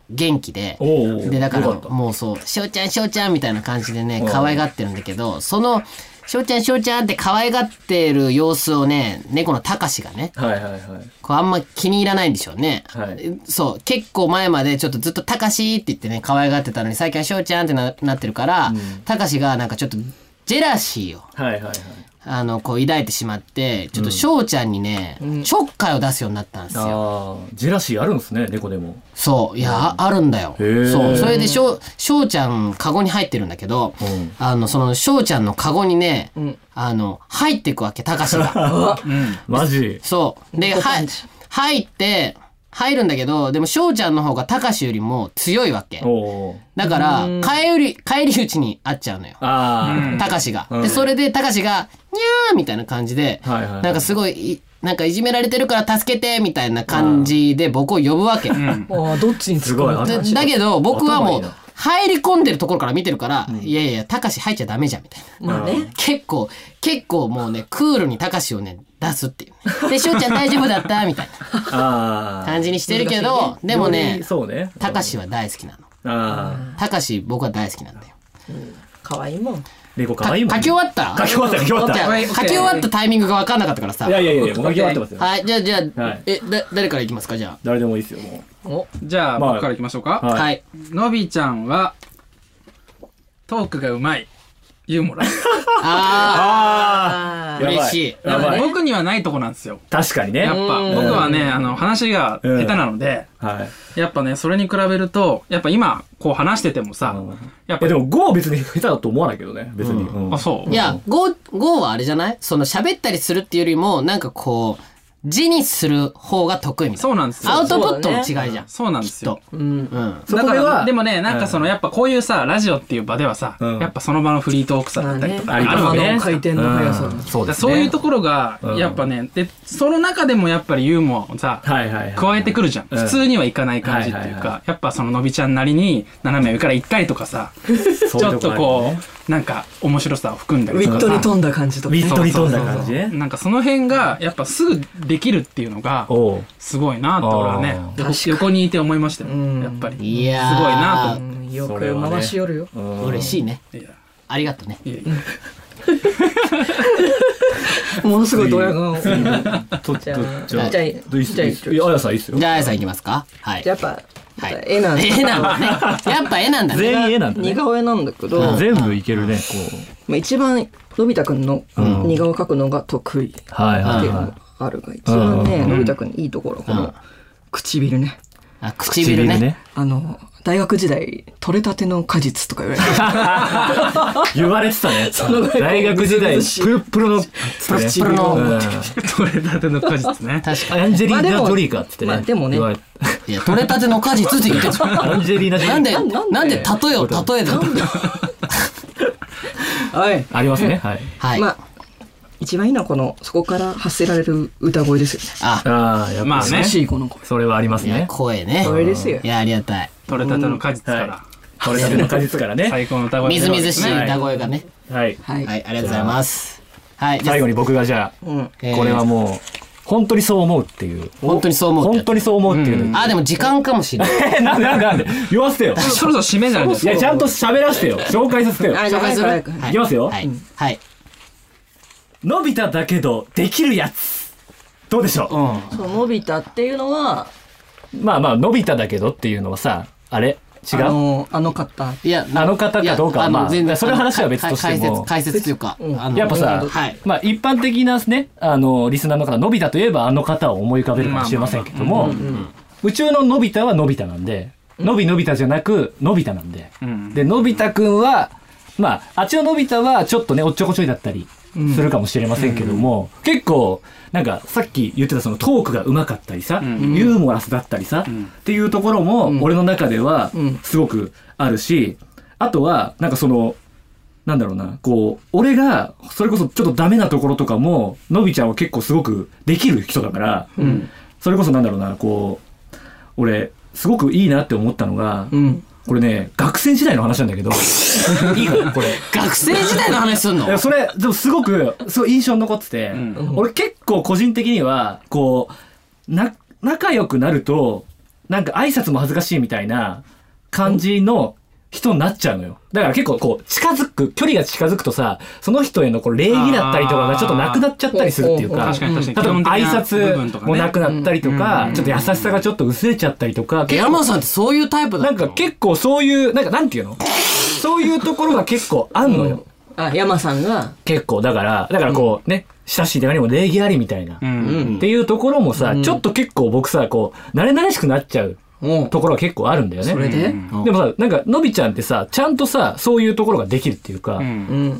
元気で、でだからもうそうしょうちゃんしょうちゃんみたいな感じでね可愛がってるんだけど、そのしょうちゃんしょうちゃんって可愛がってる様子をね猫のたかしがね、はいはいはい、こうあんま気に入らないんでしょうね、はい、そう結構前までちょっとずっとたかしって言ってね可愛がってたのに、最近はしょうちゃんって な, なってるからたかしがなんかちょっとジェラシーを、はいはいはい、あのこう抱いてしまってちょっと翔ちゃんにね、うん、ちょっかいを出すようになったんですよ。 あジェラシーあるんですね猫でも。 そういや、うん、あ, あるんだよ。そうそれで翔ちゃんカゴに入ってるんだけど、うん、あのその翔ちゃんのカゴにね、うん、あの入っていくわけたかしが、うん、 マジそうでは入って入るんだけど、でも翔ちゃんの方がたかしよりも強いわけだから帰り帰り討ちに会っちゃうのよたかしが、うん、でそれでたかしがにゃーみたいな感じで、はいはいはい、なんかすごいなんかいじめられてるから助けてみたいな感じで僕を呼ぶわけ、うん、 あどっちにつくの。 だ, だけど僕はもう入り込んでるところから見てるから、うん、いやいやたかし入っちゃダメじゃんみたいな、まあね、結構結構もうねクールにたかしをね出すっていう、ね、でしょうちゃん大丈夫だったみたいな感じにしてるけど、でもねたかしは大好きなの。たかし僕は大好きなんだよ。 可愛いもん。 猫可愛いもん。 書き終わった書き終わった書き終わった書き終わったタイミングが分かんなかったからさ。 いやいやいやもう書き終わってますよ。 はいじゃあじゃあ、はい、えだ誰からいきますか。じゃあ誰でもいいですよもう。 おじゃあ、まあ、僕からいきましょうか。はい、はい、のびちゃんはトークがうまいユーモラスああ嬉しい。 僕にはないとこなんですよ。 確かにね。 やっぱ僕はねあの話が下手なので、うんはい、やっぱねそれに比べるとやっぱ今こう話しててもさ、うん、 やっぱでもゴー別に下手だと思わないけどね別に、 うんうん、あそういやゴーゴーはあれじゃない、その喋ったりするっていうよりもなんかこう字にする方が得意みたいな。 そうなんですよ。 アウトプットの違いじゃん。 そうなんですよ。 うんうん。 だからでもねなんかそのやっぱこういうさラジオっていう場ではさ、うん、やっぱその場のフリートークさだったりとかあるわけね。 回転の速さ、 うん、そうですね。そういうところがやっぱね、でその中でもやっぱりユーモアをさ、はいはいはい、加えてくるじゃん。普通にはいかない感じっていうか、はいはいはい、やっぱそののびちゃんなりに斜め上から行ったりとかさ、ちょっとこうなんか面白さを含んだりとかさ、 ウィットに富んだ感じとか、 ウィットに富んだ感じね。 なんかその辺がやっぱすぐできるっていうのがすごいなって俺はね横にいて思いましたよ。やっぱりいやすごいなと。 よく回し寄るよ。 嬉しいね。ありがとうね。 ものすごいドヤ顔。じゃあじゃあじゃああやさんいいっすよ。 じゃああやさんいきますか。はい。 やっぱ絵なんだ。 絵なんだね。やっぱ絵なんだね。 全員絵なんだね。 似顔絵なんだけど全部いけるね。こうまあ一番のび太くんの似顔描くのが得意っていうのがあるが一番ねのび太くんいいところこの唇ね。 あ唇ね。 あの大学時代取れたての果実とか言われて言われてたね。大学時代プルプルのプルプルの取れたての果実ね。 確かにアンジェリーナ・ジョリーかってね。 でもねいや取れたての果実って言ってた。 アンジェリーナ・ジョリーなんでなんで例えを例えだはいありますね。はいはい。 まあ一番いいのはこのそこから発せられる歌声ですよね。 ああやっぱ美しいこの声。 それはありますね。 声ね。 声ですよ。 いやありがたい。 取れたての果実から取れたての果実からね最高の歌声。 みずみずしい歌声がね。 はいはいありがとうございます。はい最後に僕がじゃあこれはもう本当にそう思うっていう本当にそう思う本当にそう思うっていうあでも時間かもしれない。 なんでなんでなんで言わせてよ。 そろそろ締めじゃないですか。 いやちゃんと喋らせてよ。紹介させてよ。 紹介する。 いきますよ。 はいはいのび太だけどできるやつどうでしょう。そうのび太っていうのはまあまあのび太だけどっていうのはさあれ違う あの, あの方いやあの方かどうかはまあ全然それの話は別としても解説というかやっぱさまあ一般的なねあのリスナーの方のび太といえばあの方を思い浮かべるかもしれませんけども宇宙ののび太はのび太なんでのびのび太じゃなくのび太なんででのび太くんはまああっちののび太はちょっとねおっちょこちょいだったりするかもしれませんけども、うん、結構なんかさっき言ってたそのトークがうまかったりさ、うん、ユーモラスだったりさ、うん、っていうところも俺の中ではすごくあるし、あとはなんかそのなんだろうなこう俺がそれこそちょっとダメなところとかものびちゃんは結構すごくできる人だから、うん、それこそなんだろうなこう俺すごくいいなって思ったのが、うんこれね学生時代の話なんだけどいいかなこれ学生時代の話すんの。 いやそれでもすごくすごい印象に残ってて、うん、俺結構個人的にはこうな仲良くなるとなんか挨拶も恥ずかしいみたいな感じの人になっちゃうのよ。だから結構こう近づく、距離が近づくとさ、その人へのこう礼儀だったりとかがちょっとなくなっちゃったりするっていうか、 確かに確かに。 例えば挨拶もなくなったりとか、ちょっと優しさがちょっと薄れちゃったりとか。 山さんってそういうタイプだったの？ なんか結構そういう、なんかなんていうのそういうところが結構あんのよ。 あ、山さんが結構、だから、だからこうね、親しい手紙も礼儀ありみたいな。っていうところもさ、ちょっと結構僕さ、こう、慣れ慣れしくなっちゃう。ところが結構あるんだよね。 それで、 でもさ、なんかのびちゃんってさ、ちゃんとさ、そういうところができるっていうか、うん、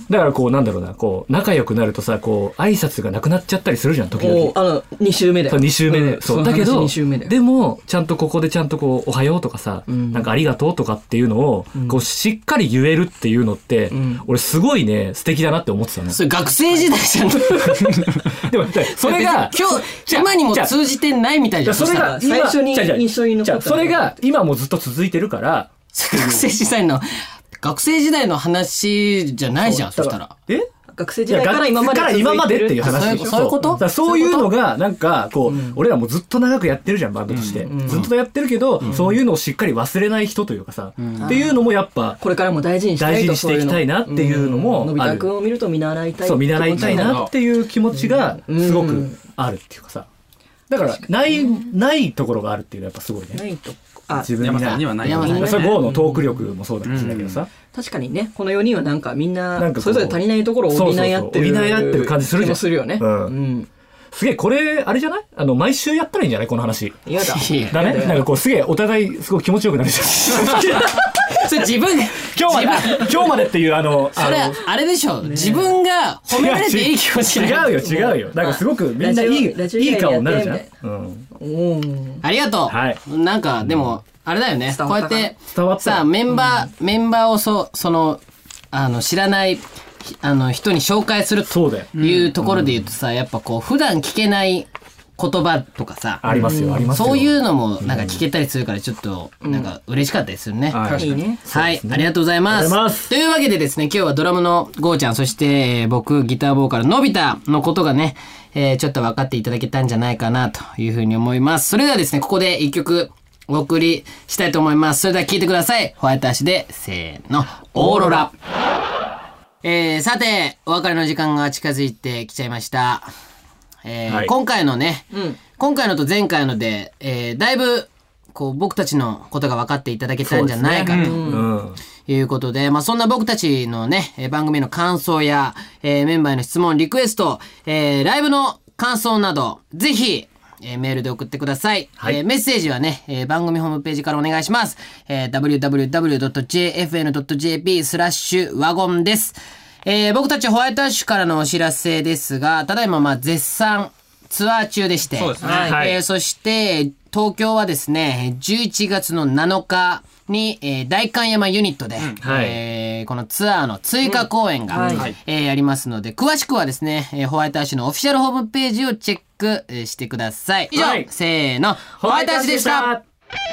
だからこうなんだろうな、こう仲良くなるとさ、こう挨拶がなくなっちゃったりするじゃん、時々。 あのに週目で。 そうに週目で、うん、そうだけど、 で, でもちゃんとここでちゃんとこうおはようとかさ、うん、なんかありがとうとかっていうのを、うん、こうしっかり言えるっていうのって、うん、俺すごいね素敵だなって思ってたね。 それ学生時代じゃん。 でもそれが今日今にも通じてないみたいじゃん。 それが最初に印象に残った。 それが今もずっと続いてるから、 学生時代の学生時代の話じゃないじゃん。そしたらえ学生時代から今までから今までっていう話でしょ。 そういうこと？ だそういうのがなんかこう、うん、俺らもずっと長くやってるじゃんバンドとして、うん、ずっとやってるけど、うん、そういうのをしっかり忘れない人というかさ、うん、っていうのもやっぱこれからも大事にしたいと、 大事にしていきたいなっていうのもある。 のび太くんを見ると見習いたい。 そう見習いたいなっていう気持ちがすごくあるっていうかさ。だからないないところがあるっていうのはやっぱすごいね。 ないと。 あ、自分にはない。 山さんにはない。 それゴーのトーク力もそうだしだけどさ。 確かにね、このよにんはなんかみんなそれぞれ足りないところを補い合ってる。 補い合ってる感じするじゃん。 するよね。 うん。すげえこれあれじゃない？あの毎週やったらいいんじゃないこの話。 嫌だ。 だね。なんかこうすげえお互いすごい気持ちよくなるじゃん。 それ自分今日まで今日までっていうあのそれあれでしょ。自分が褒められていい気持ちになる。 違うよ違うよ。なんかすごくみんないいいい顔になるじゃん。うん。ありがとう。 はい。 なんかでも。あれだよね。こうやってさあメンバー、うん、メンバーをそそのあの知らないあの人に紹介するというところで言うとさ、やっぱこう普段聞けない言葉とかさありますよありますよ。 そういうのもなんか聞けたりするからちょっとなんか嬉しかったりするね。 うん、いいね。 はい、ありがとうございます。というわけでですね、今日はドラムのゴーちゃん、そして僕ギターボーカルのび太のことがね、えー、ちょっと分かっていただけたんじゃないかなというふうに思います。それではですね、ここで一曲お送りしたいと思います。それでは聴いてください。ホワイトアッシュでせーのオーロラ。えー、さてお別れの時間が近づいてきちゃいました。えーはい、今回のね、うん、今回のと前回ので、えー、だいぶこう僕たちのことが分かっていただけたんじゃないかと、ねうん、いうことで、まあそんな僕たちのね番組の感想や、えー、メンバーへの質問リクエスト、えー、ライブの感想などぜひえー、メールで送ってください、はい。えー、メッセージはね、えー、番組ホームページからお願いします。えー、ダブリューダブリューダブリュードットジェーエフエヌドットジェーピー スラッシュワゴンです。えー、僕たちホワイトアッシュからのお知らせですが、ただいままあ絶賛ツアー中でして、 そうですね。 はい。えー、そして東京はですね、じゅういちがつのなのかに、えー、代官山ユニットで、うんはいえー、このツアーの追加公演が、うんはいえー、ありますので、詳しくはですね、えー、ホワイトアッシュのオフィシャルホームページをチェックしてください。以上、はい、せーの、ホワイトアッシュでした。Rock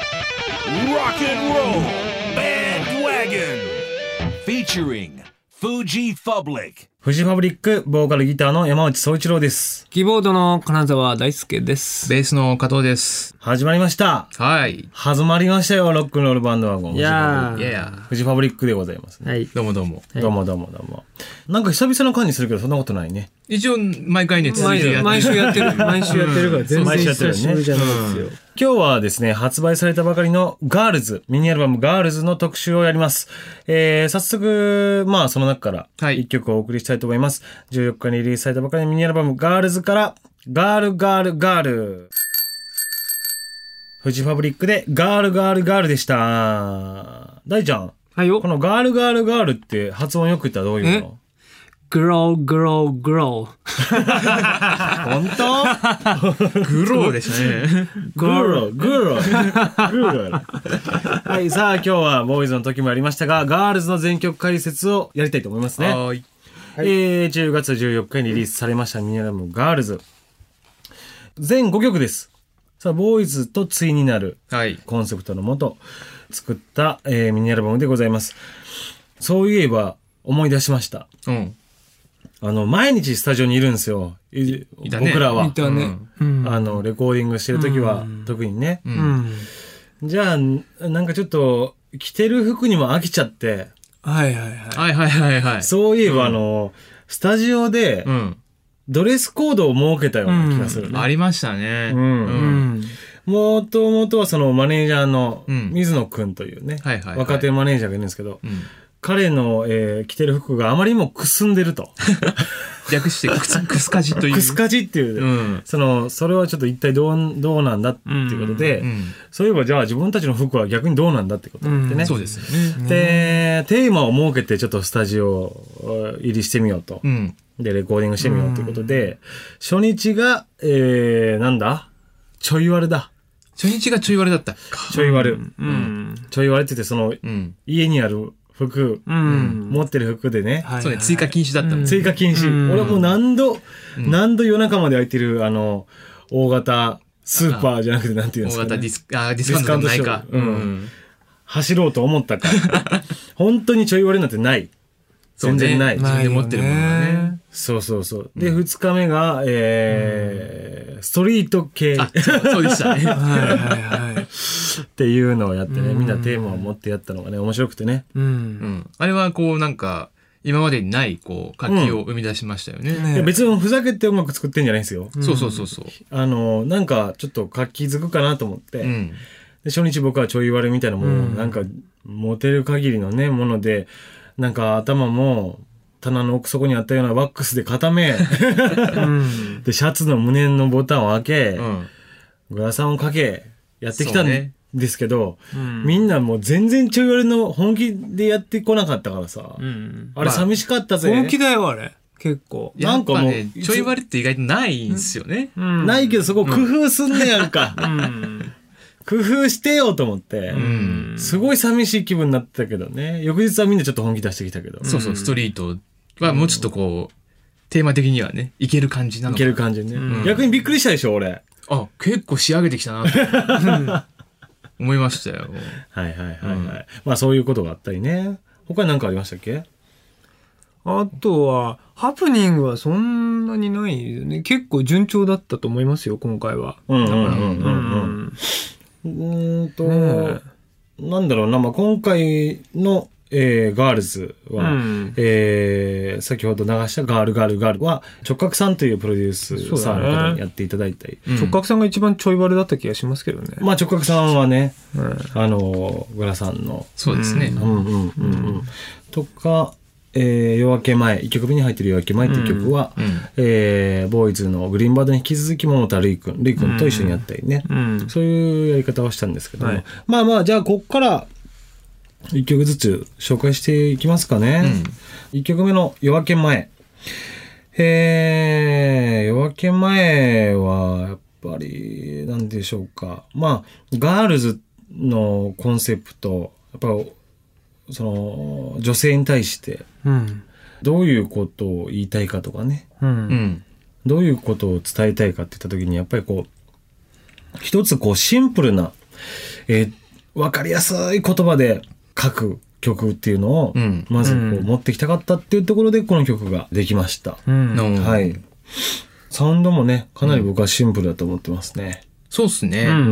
and Roll Bandwagon featuring Fuji Public。 フジファブリックボーカルギターの山内総一郎です。 キーボードの金沢大輔です。 ベースの加藤です。 始まりました。 はい。 始まりましたよ、ロックンロールバンドワゴン。 いやー。フジファブリックでございますね。 はい。 どうもどうも。 どうもどうもどうも。なんか久々の感じするけど、そんなことないね。 一応、毎回ね、 続いてやってる。毎週やってる。毎週やってるから、全然久しぶりじゃないですよ。 今日はですね、発売されたばかりのガールズ、ミニアルバムガールズの特集をやります。えー、早速、まあその中から一曲お送りしたいと思います。はい、じゅうよっかにリリースされたばかりのミニアルバムガールズから、ガールガールガール。フジファブリックでガールガールガールでした。大ちゃん。 はいよ。 このガールガールガールって発音よく言ったらどういうの？ グローグローグロー。本当？ グローでしたね。 グロー、グロー。グロー。はい、さあ今日はボーイズの時もありましたが、ガールズの全曲解説をやりたいと思いますね。 はい。 はい、えー、じゅうがつじゅうよっかにリリースされましたミニアルバムガールズ。全ごきょくです。さあ、ボーイズと対になるコンセプトのもと作った、えー、ミニアルバムでございます。そういえば思い出しました。 うん。 あの、毎日スタジオにいるんですよ。い僕らは。 いたね。 うん、あの、レコーディングしてるときは、特にね。 うん。 じゃあなんかちょっと着てる服にも飽きちゃって、 はいはいはいはいはいはいはい。 そういえばあの、うん、スタジオでドレスコードを設けたような気がする、ねうん、ありましたね。 うんうん、もともとはそのマネージャーの水野くんというね、うんはいはいはい、若手マネージャーがいるんですけど、うん、彼の、えー、着てる服があまりにもくすんでると。 略してクス、クスカジという。 クスカジっていう、うん、その、それはちょっと一体どう、どうなんだっていうことで、うんうん、そういえばじゃあ自分たちの服は逆にどうなんだってことでね、うん。 そうですね。 で、テーマを設けてちょっとスタジオ入りしてみようと。うん、で、レコーディングしてみようということで、初日が、えー、なんだちょい割れだ。 初日がちょい割れだったか。 ちょい割れ。うんうん、ちょい割れって言って、その、うん、家にある服、うん、持ってる服でね、 はいはい、そうね、追加禁止だった、うん、 追加禁止、うん、俺はもう何度、うん、何度夜中まで空いてるあの大型スーパーじゃなくてなんていうんですか、ね、 大型ディスあディスカウントでもないか、うんうん、 走ろうと思ったから本当にちょい割れなんてない、全然ない、 自分で持ってるものがね、 そうそうそう。で、うん、ふつかめが、えーうん、ストリート系。 あ、そう、そうでしたね。はいはいはい。っていうのをやってね、みんなテーマを持ってやったのがね、面白くてね。 うん。うん、あれはこうなんか、今までにないこう活気を生み出しましたよね。うん、 いや別にふざけてうまく作ってんじゃないんですよ。 うん、そうそうそうそう。 あの、なんかちょっと活気づくかなと思って、うん、で初日僕はちょい割れみたいなものを、うん、なんか持てる限りのね、もので、なんか頭も、棚の奥底にあったようなワックスで固め、うん、でシャツの胸のボタンを開け、うん、グラサンをかけやってきたんですけど、ね、うん、みんなもう全然ちょい割れの本気でやってこなかったからさ、うん、あれ寂しかったぜ、 まあ、本気だよあれ結構なんかもう、ね、ちょい割れって意外とないんですよね、 うん、ないけどそこ工夫すんねやんか、うん、工夫してよと思って、うん、すごい寂しい気分になってたけどね、翌日はみんなちょっと本気出してきたけど、 そうそう、ストリートはもうちょっとこう、テーマ的にはね、いける感じなのかいける感じね、うん。逆にびっくりしたでしょ、俺。 あ、結構仕上げてきたなと思いましたよ。 はいはいはいはい、うん。まあそういうことがあったりね。他に何かありましたっけ？ あとは、ハプニングはそんなにないよね。結構順調だったと思いますよ、今回は。うんうんうんうん。 うーんと、ね、なんだろうな、まあ今回の、えー、ガールズは、うん、えー、先ほど流したガールガールガールは直角さんというプロデュースさんの方にやっていただいたり、 ね、うん、直角さんが一番ちょい悪だった気がしますけどね。 まあ直角さんはね、うん、あのグラさんのそうですね、 うんうんうんうん、とか、えー、夜明け前いっきょくめに入ってる夜明け前っていう曲は、うんうん、えー、ボーイズのグリーンバードに引き続き桃田るいくんるいくんと一緒にやったりね、うん、そういうやり方をしたんですけども、はい、まあまあじゃあこっから一曲ずつ紹介していきますかね。うん、一曲目の夜明け前。えー、夜明け前はやっぱり何でしょうか。まあガールズのコンセプト、やっぱその女性に対してどういうことを言いたいかとかね、うん、どういうことを伝えたいかって言った時にやっぱりこう一つこうシンプルな、えー、分かりやすい言葉で書く曲っていうのをまずこう持ってきたかったっていうところでこの曲ができました、うんうん、はい。サウンドもねかなり僕はシンプルだと思ってますね、 うん、そうっすね、 うんうん、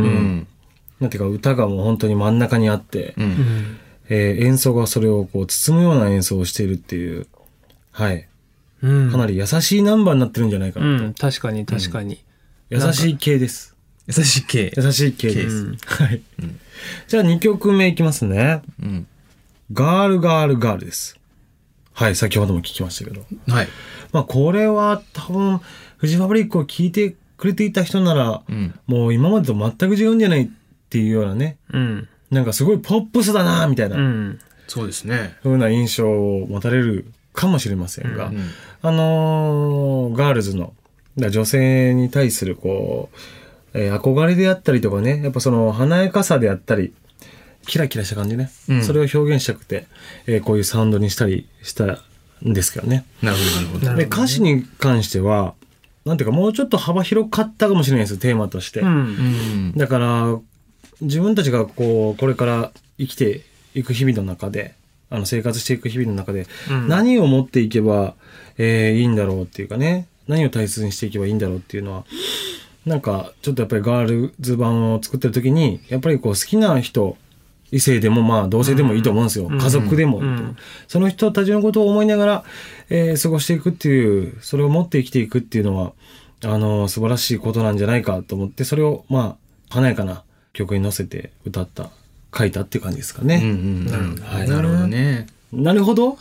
なんていうか歌がもう本当に真ん中にあって、うん、えー、演奏がそれをこう包むような演奏をしているっていう、はい、うん、かなり優しいナンバーになってるんじゃないかなと、うん、 確かに確かに、 うん、優しい系です。 優しい系優しい系です、うん、はい、うん、じゃあにきょくめいきますね、うん、ガールガールガールです。はい、先ほども聞きましたけど、はい、まあこれは多分フジファブリックを聞いてくれていた人なら、うん、もう今までと全く違うんじゃないっていうようなね、うん、なんかすごいポップスだなみたいな、うん、 そうですね、 そういうような印象を持たれるかもしれませんが、うんうん、あのー、ガールズの女性に対するこうえー、憧れであったりとかね、やっぱその華やかさであったりキラキラした感じね、うん、それを表現したくて、えー、こういうサウンドにしたりしたんですけどね。 なるほどなるほど。 で歌詞に関してはなんていうかもうちょっと幅広かったかもしれないです、テーマとして、うん、だから自分たちがこうこれから生きていく日々の中で、あの生活していく日々の中で、うん、何を持っていけば、えー、いいんだろうっていうかね、何を大切にしていけばいいんだろうっていうのはなんかちょっとやっぱりガールズ版を作ってる時にやっぱりこう好きな人異性でもまあ同性でもいいと思うんですよ、うん、家族でも、うん、その人たちのことを思いながら、えー、過ごしていくっていうそれを持って生きていくっていうのはあのー、素晴らしいことなんじゃないかと思ってそれをまあ華やかな曲に乗せて歌った書いたっていう感じですかね。うんうんうんはい、なるほどね。なるほど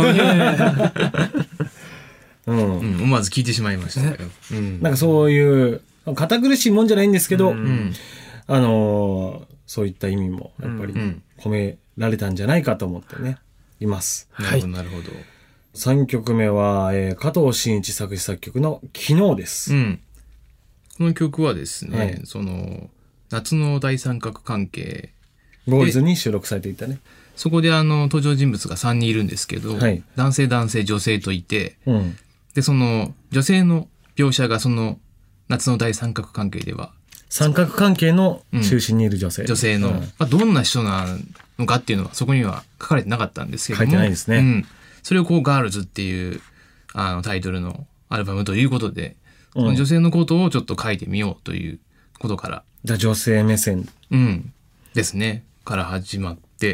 うん、うん、思わず聞いてしまいましたけど、 うん、なんかそういう堅苦しいもんじゃないんですけど、うん、あのー、そういった意味もやっぱり込められたんじゃないかと思ってねいます。 なるほどなるほど。 さんきょくめは、えー、加藤真一作詞作曲の昨日です、うん、 この曲はですね、はい、その夏の大三角関係ボーイズに収録されていたね。 そこであの登場人物がさんにんいるんですけど、はい、男性男性女性といて、うん、でその女性の描写がその夏の大三角関係では三角関係の中心にいる女性、 うん、女性の、うんまあ、どんな人なのかっていうのはそこには書かれてなかったんですけども、 書いてないですね、うん、 それをこうガールズっていうあのタイトルのアルバムということで、うん、その女性のことをちょっと書いてみようということからじゃ女性目線、 うん、ですねから始まって、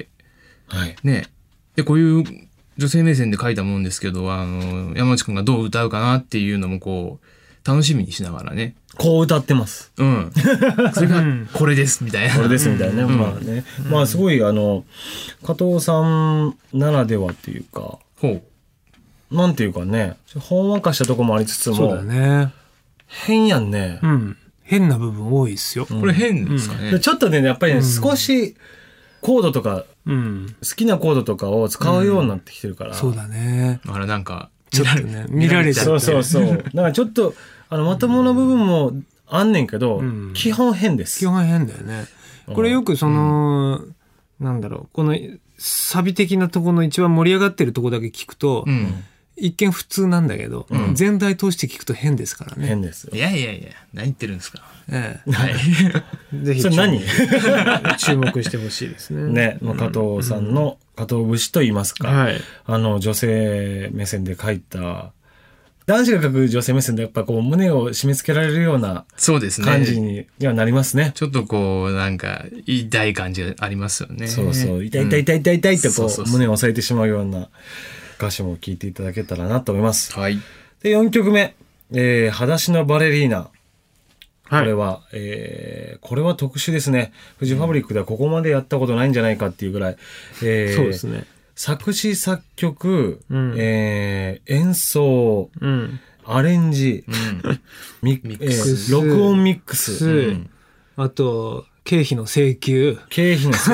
はいね、でこういう女性目線で書いたもんですけどあの山内くんがどう歌うかなっていうのもこう楽しみにしながらねこう歌ってます。 うん。それがこれですみたいな。 これですみたいなね。うん、まあね、うん、まあすごいあの加藤さんならではっていうか、ほうなんていうかね、ほんわかしたとこもありつつも、 そうだね。 変やんね。 うん。変な部分多いですよ。 これ変ですかね。 うん、ちょっとねやっぱりね、うん、少しコードとか、うん、好きなコードとかを使うようになってきてるから。うん、 そうだね。 だからなんかちょっとね見られちゃって。 そうそうそう。だからちょっとあのまともな部分もあんねんけど、うん、基本変です。 基本変だよね。これよくその、うん、なんだろうこのサビ的なところの一番盛り上がってるところだけ聞くと、うん、一見普通なんだけど、うん、全体通して聞くと変ですからね。 変ですよ。 いやいやいや何言ってるんですか。ええ、 はい。ぜひそれ何注目してほしいですね。 ね、まあ、加藤さんの、うん、加藤節と言いますか、はい、あの女性目線で書いた。男子が書く女性目線でやっぱこう胸を締め付けられるような感じにはなりますね。 ちょっとこうなんか痛い感じがありますよね。 そうそう痛い痛い痛い痛い痛いってこう胸を押さえてしまうような歌詞も聞いていただけたらなと思います。はい。でよんきょくめ、えー、裸足のバレリーナ。これは、はい、えー、これは特殊ですね。フジファブリックではここまでやったことないんじゃないかっていうぐらい。えー、 そうですね。 作詞作曲、うんえー、演奏、うん、アレンジ、うん、ミックス、えー、録音ミックス、うん、 あと経費の請求経費の請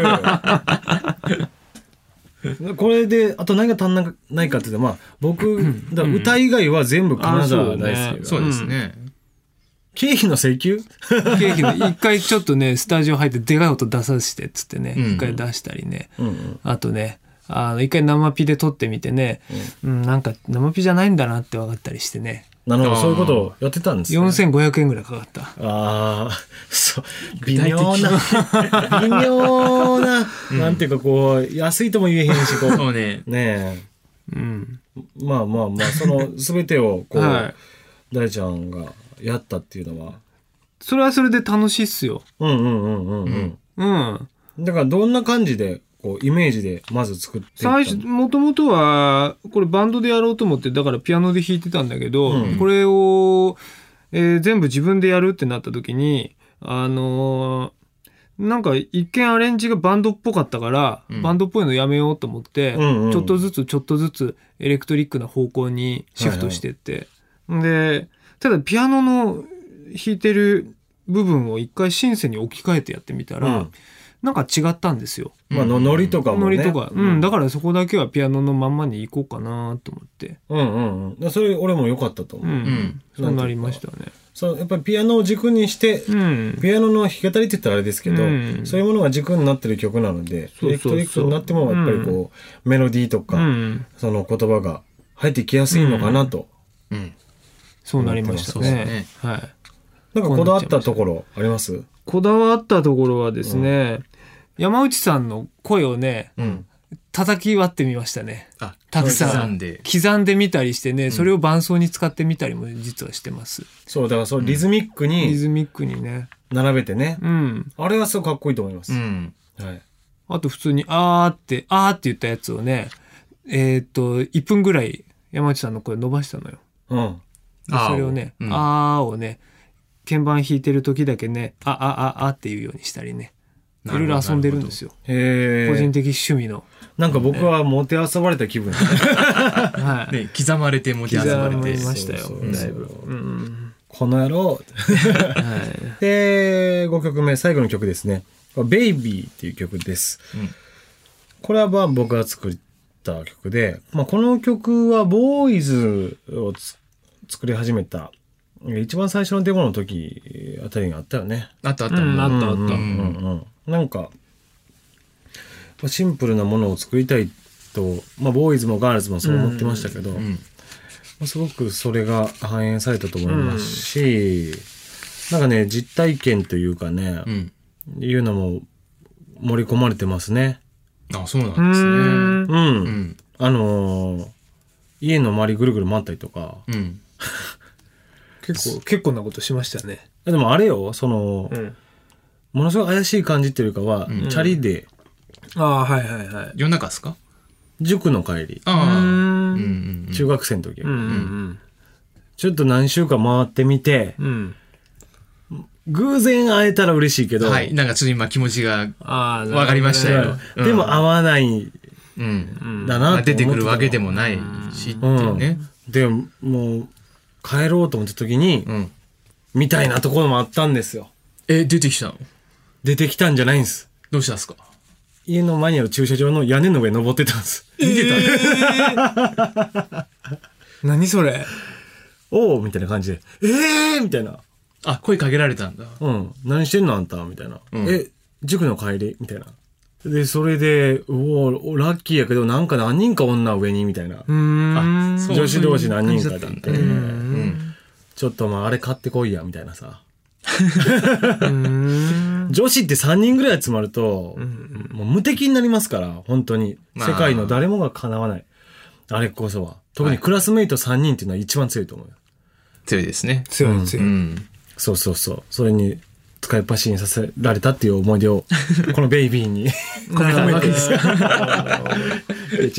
求これであと何が足んないかっていうとまあ僕だ歌以外は全部金沢大好き、 うん、そうですね、うん、 経費の請求経費の一回ちょっとねスタジオ入ってでかい音出させてっつってね、うん、一回出したりね、うんうん、あとねあの一回生ピで撮ってみてね、うんうん、なんか生ピじゃないんだなって分かったりしてね。 なるほどそういうことをやってたんですね。 よんせんごひゃくえんぐらいかかった。 ああそう微妙な微妙な、うん、なんていうかこう安いとも言えへんしこうそうねねえ、うん、まあまあまあその全てをこう、はい、大ちゃんがやったっていうのはそれはそれで楽しいっすよ。 うんうんうんうんうんうんだからどんな感じでこうイメージでまず作っていったの？ 最初もともとはこれバンドでやろうと思ってだからピアノで弾いてたんだけど、うん、これを、えー、全部自分でやるってなった時にあのー、なんか一見アレンジがバンドっぽかったから、うん、バンドっぽいのやめようと思って、うんうん、ちょっとずつちょっとずつエレクトリックな方向にシフトしてって、はいはい、でただピアノの弾いてる部分を一回シンセに置き換えてやってみたら、うんなんか違ったんですよ。 まあのノリとかもね。 ノリとか、うん、だからそこだけはピアノのまんまに行こうかなと思って。 うんうんうん。それ俺も良かったと思う。うん、うん、 そうなりましたね。 そうやっぱりピアノを軸にして、うん、ピアノの弾き語りって言ったらあれですけど、うん、そういうものが軸になってる曲なので、エレクトリックになってもやっぱりこう、うん、メロディーとか、うん、その言葉が入ってきやすいのかなと。 うん、うん、そうなりましたね。ねはい。 なんかこだわったところあります？ こだわったところはですね、うん、山内さんの声をね、うん叩き割ってみましたね。 あ、 たくさん刻んで刻んでみたりしてね、それを伴奏に使ってみたりも実はしてます。 そうだからそうリズミックに、 リズミックにね並べてね、 うん、 あれはすごくかっこいいと思います。 うん、 はい。 あと普通にあーってあーって言ったやつをね、えー、っといっぷんぐらい山内さんの声伸ばしたのよ。 うん。 でそれをね、うん、あーをね鍵盤弾いてる時だけねああああっていうようにしたりね、いろいろ遊んでるんですよ。 へ個人的趣味の。 なんか僕はもてあそばれた気分、 はいね、刻まれてもてあそばれてましたよ。 そうそうだいぶ、うん、この野郎、はい、でごきょくめ最後の曲ですね。ベイビーっていう曲です、うん、これはまあ僕が作った曲で、まあ、この曲はボーイズを作り始めた一番最初のデモの時あたりにあったよね。 あったあった、うん、あったあった、うんうんうん、なんかシンプルなものを作りたいと、まあ、ボーイズもガールズもそう思ってましたけど、うんうん、まあ、すごくそれが反映されたと思いますし、うん、なんかね実体験というかね、うん、いうのも盛り込まれてますね。 あ、そうなんですね。うん、 うんうん、あのー、家の周りぐるぐる回ったりとか、うん、 結構結構なことしましたね。 でもあれよ、その、うん、ものすごい怪しい感じっていうかは、うん、チャリで、 ああ、はいはいはい。 夜中ですか？ 塾の帰り。 ああ、うんうん、中学生の時、うんうんうん、ちょっと何週間回ってみて、うん、偶然会えたら嬉しいけど、 はい、なんかちょっと今気持ちがわかりましたよ。 うん、でも会わない、うん、だなと思って、まあ、 出てくるわけでもないしっていうね。 うん、でもう帰ろうと思った時に、うん、みたいなところもあったんですよ。 え、出てきたの？ 出てきたんじゃないんです。 どうしたんですか？ 家の前にある駐車場の屋根の上に登ってたんです。 見てた、えー、 何それ？ おうみたいな感じで、えーみたいな。 あ、声かけられたんだ。 うん。何してんのあんたみたいな。うん、え、塾の帰りみたいな。で、それで、おお、ラッキーやけど、なんか何人か女上にみたいな。 うーん。 あ、女子同士何人かでいて、うん、ちょっとまあ、あれ買ってこいや、みたいなさ。女子ってさんにんぐらい集まると、うん、もう無敵になりますから、本当に。世界の誰もが叶わない。あれこそは。特にクラスメイトさんにんっていうのは一番強いと思うよ。 強いですね。 強い強い。うん、 そうそうそう。それに使いっ走りにさせられたっていう思い出を、このベイビーに込めたわけです。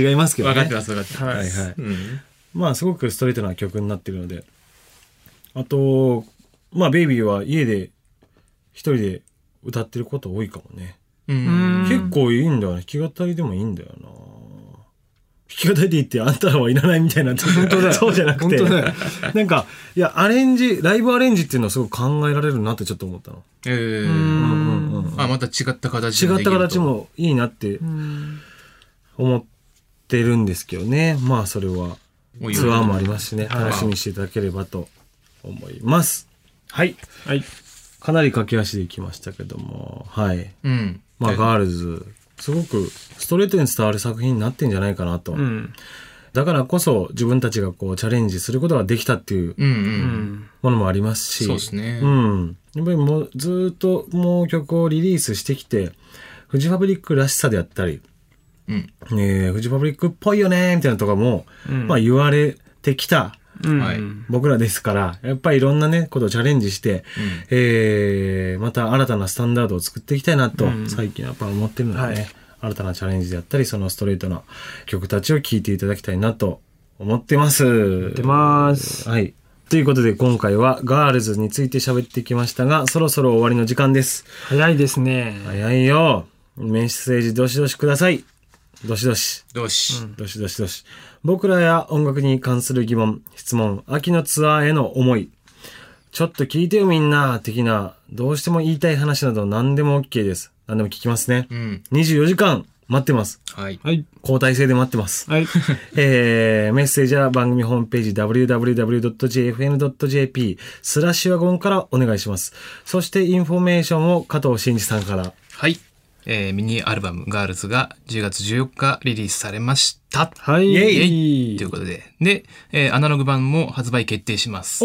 違いますけどね。 分かってます、分かってます。 はいはい。うん、まあ、すごくストレートな曲になってるので。あと、まあ、ベイビーは家で一人で歌ってること多いかもね。うん結構いいんだよな。弾き語りでもいいんだよな。弾き語りで言ってあんたらはいらないみたいな。 本当だよ。 そうじゃなくて。 本当だよ。 なんか、いや、アレンジ、ライブアレンジっていうのはすごく考えられるなってちょっと思ったの。 ええー。うんうんうん。あ、また違った形で違った形もいいなって思ってるんですけどね。まあ、それはツアーもありますしね。楽しみにしていただければと思います。はい。 はい。 かなり駆け足でいきましたけども、はい。 うん。 まあ、ガールズ、すごくストレートに伝わる作品になってんじゃないかなと。うん、だからこそ自分たちがこうチャレンジすることができたっていうものもありますし、 そうですね。 うん。やっぱりもうずっともう曲をリリースしてきて、フジファブリックらしさであったり、うん、えー、フジファブリックっぽいよねみたいなとかも、うん、まあ言われてきた。うん、僕らですから、やっぱりいろんなね、ことをチャレンジして、うん、えー、また新たなスタンダードを作っていきたいなと、うん、最近やっぱ思ってるのでね、はい、新たなチャレンジであったり、そのストレートな曲たちを聴いていただきたいなと思ってます。 思ってます。 はい。ということで今回はガールズについて喋ってきましたが、そろそろ終わりの時間です。 早いですね。 早いよ。メッセージどしどしください。どしどし。 どし。 うん、どしどしどし。僕らや音楽に関する疑問、質問、秋のツアーへの思い、ちょっと聞いてよみんな、的な、どうしても言いたい話など何でも OK です。何でも聞きますね。うん、にじゅうよじかん待ってます。 はい。 交代制で待ってます。 はい。 えー、メッセージは番組ホームページ ダブリューダブリューダブリュードットジェーエフエヌドットジェーピー スラッシュワゴンからお願いします。そしてインフォメーションを加藤真二さんから。 はい。えー、ミニアルバムガールズがじゅうがつじゅうよっかリリースされました。 はい。 イエイということで。で、えー、アナログ版も発売決定します。 お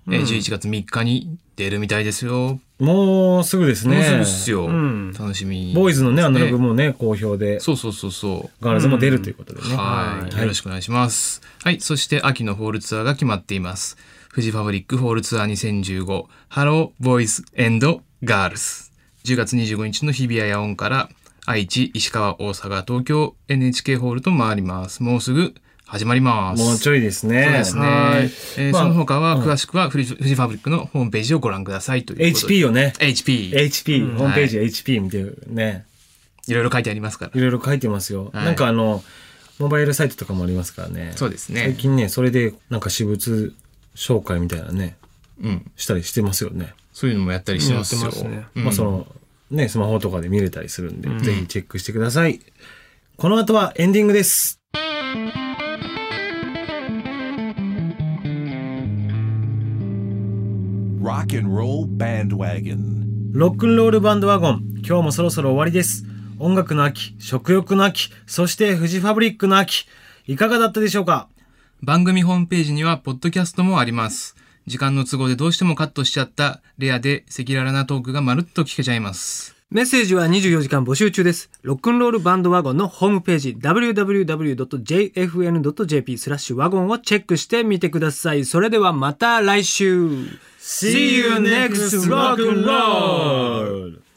うん、えー、じゅういちがつみっかに出るみたいですよ。 もうすぐですね。 もうすぐですよ。うん、楽しみ、ね。 ボーイズのね、アナログもね、好評で。 そうそうそうそう。 ガールズも出るということでね。うん、 はい、はい。よろしくお願いします。はい。そして秋のホールツアーが決まっています。フジファブリックホールツアーにせんじゅうごハローボーイズ&ガールズ。じゅうがつにじゅうごにちの日比谷野音から愛知、石川、大阪、東京 エヌエイチケー ホールと回ります。もうすぐ始まります。 もうちょいですね。 そうですね。えーまあ、その他は詳しくはフジ、うん、フジファブリックのホームページをご覧くださいということで。 エイチピー よね。 エイチピー。 エイチピー。ホームページ エイチピー 見てるね。 いろいろ書いてありますから。 いろいろ書いてますよ。はい、なんかあの、モバイルサイトとかもありますからね。 そうですね。 最近ね、それでなんか私物紹介みたいなね、うん、したりしてますよね。 そういうのもやったりしてますよ。 やってますね。うん、まあその、ね、スマホとかで見れたりするんで、うん、ぜひチェックしてください。この後はエンディングです。 Rock and Roll Bandwagon。 ロックンロールバンドワゴン、今日もそろそろ終わりです。音楽の秋、食欲の秋、そしてフジファブリックの秋、いかがだったでしょうか？ 番組ホームページにはポッドキャストもあります。時間の都合でどうしてもカットしちゃったレアで赤裸々なトークがまるっと聞けちゃいます。 メッセージはにじゅうよじかん募集中です。ロックンロールバンドワゴンのホームページ ダブリューダブリューダブリュードットジェイエフエヌドットジェーピー スラッシュワゴンをチェックしてみてください。それではまた来週。 See you next rock and roll!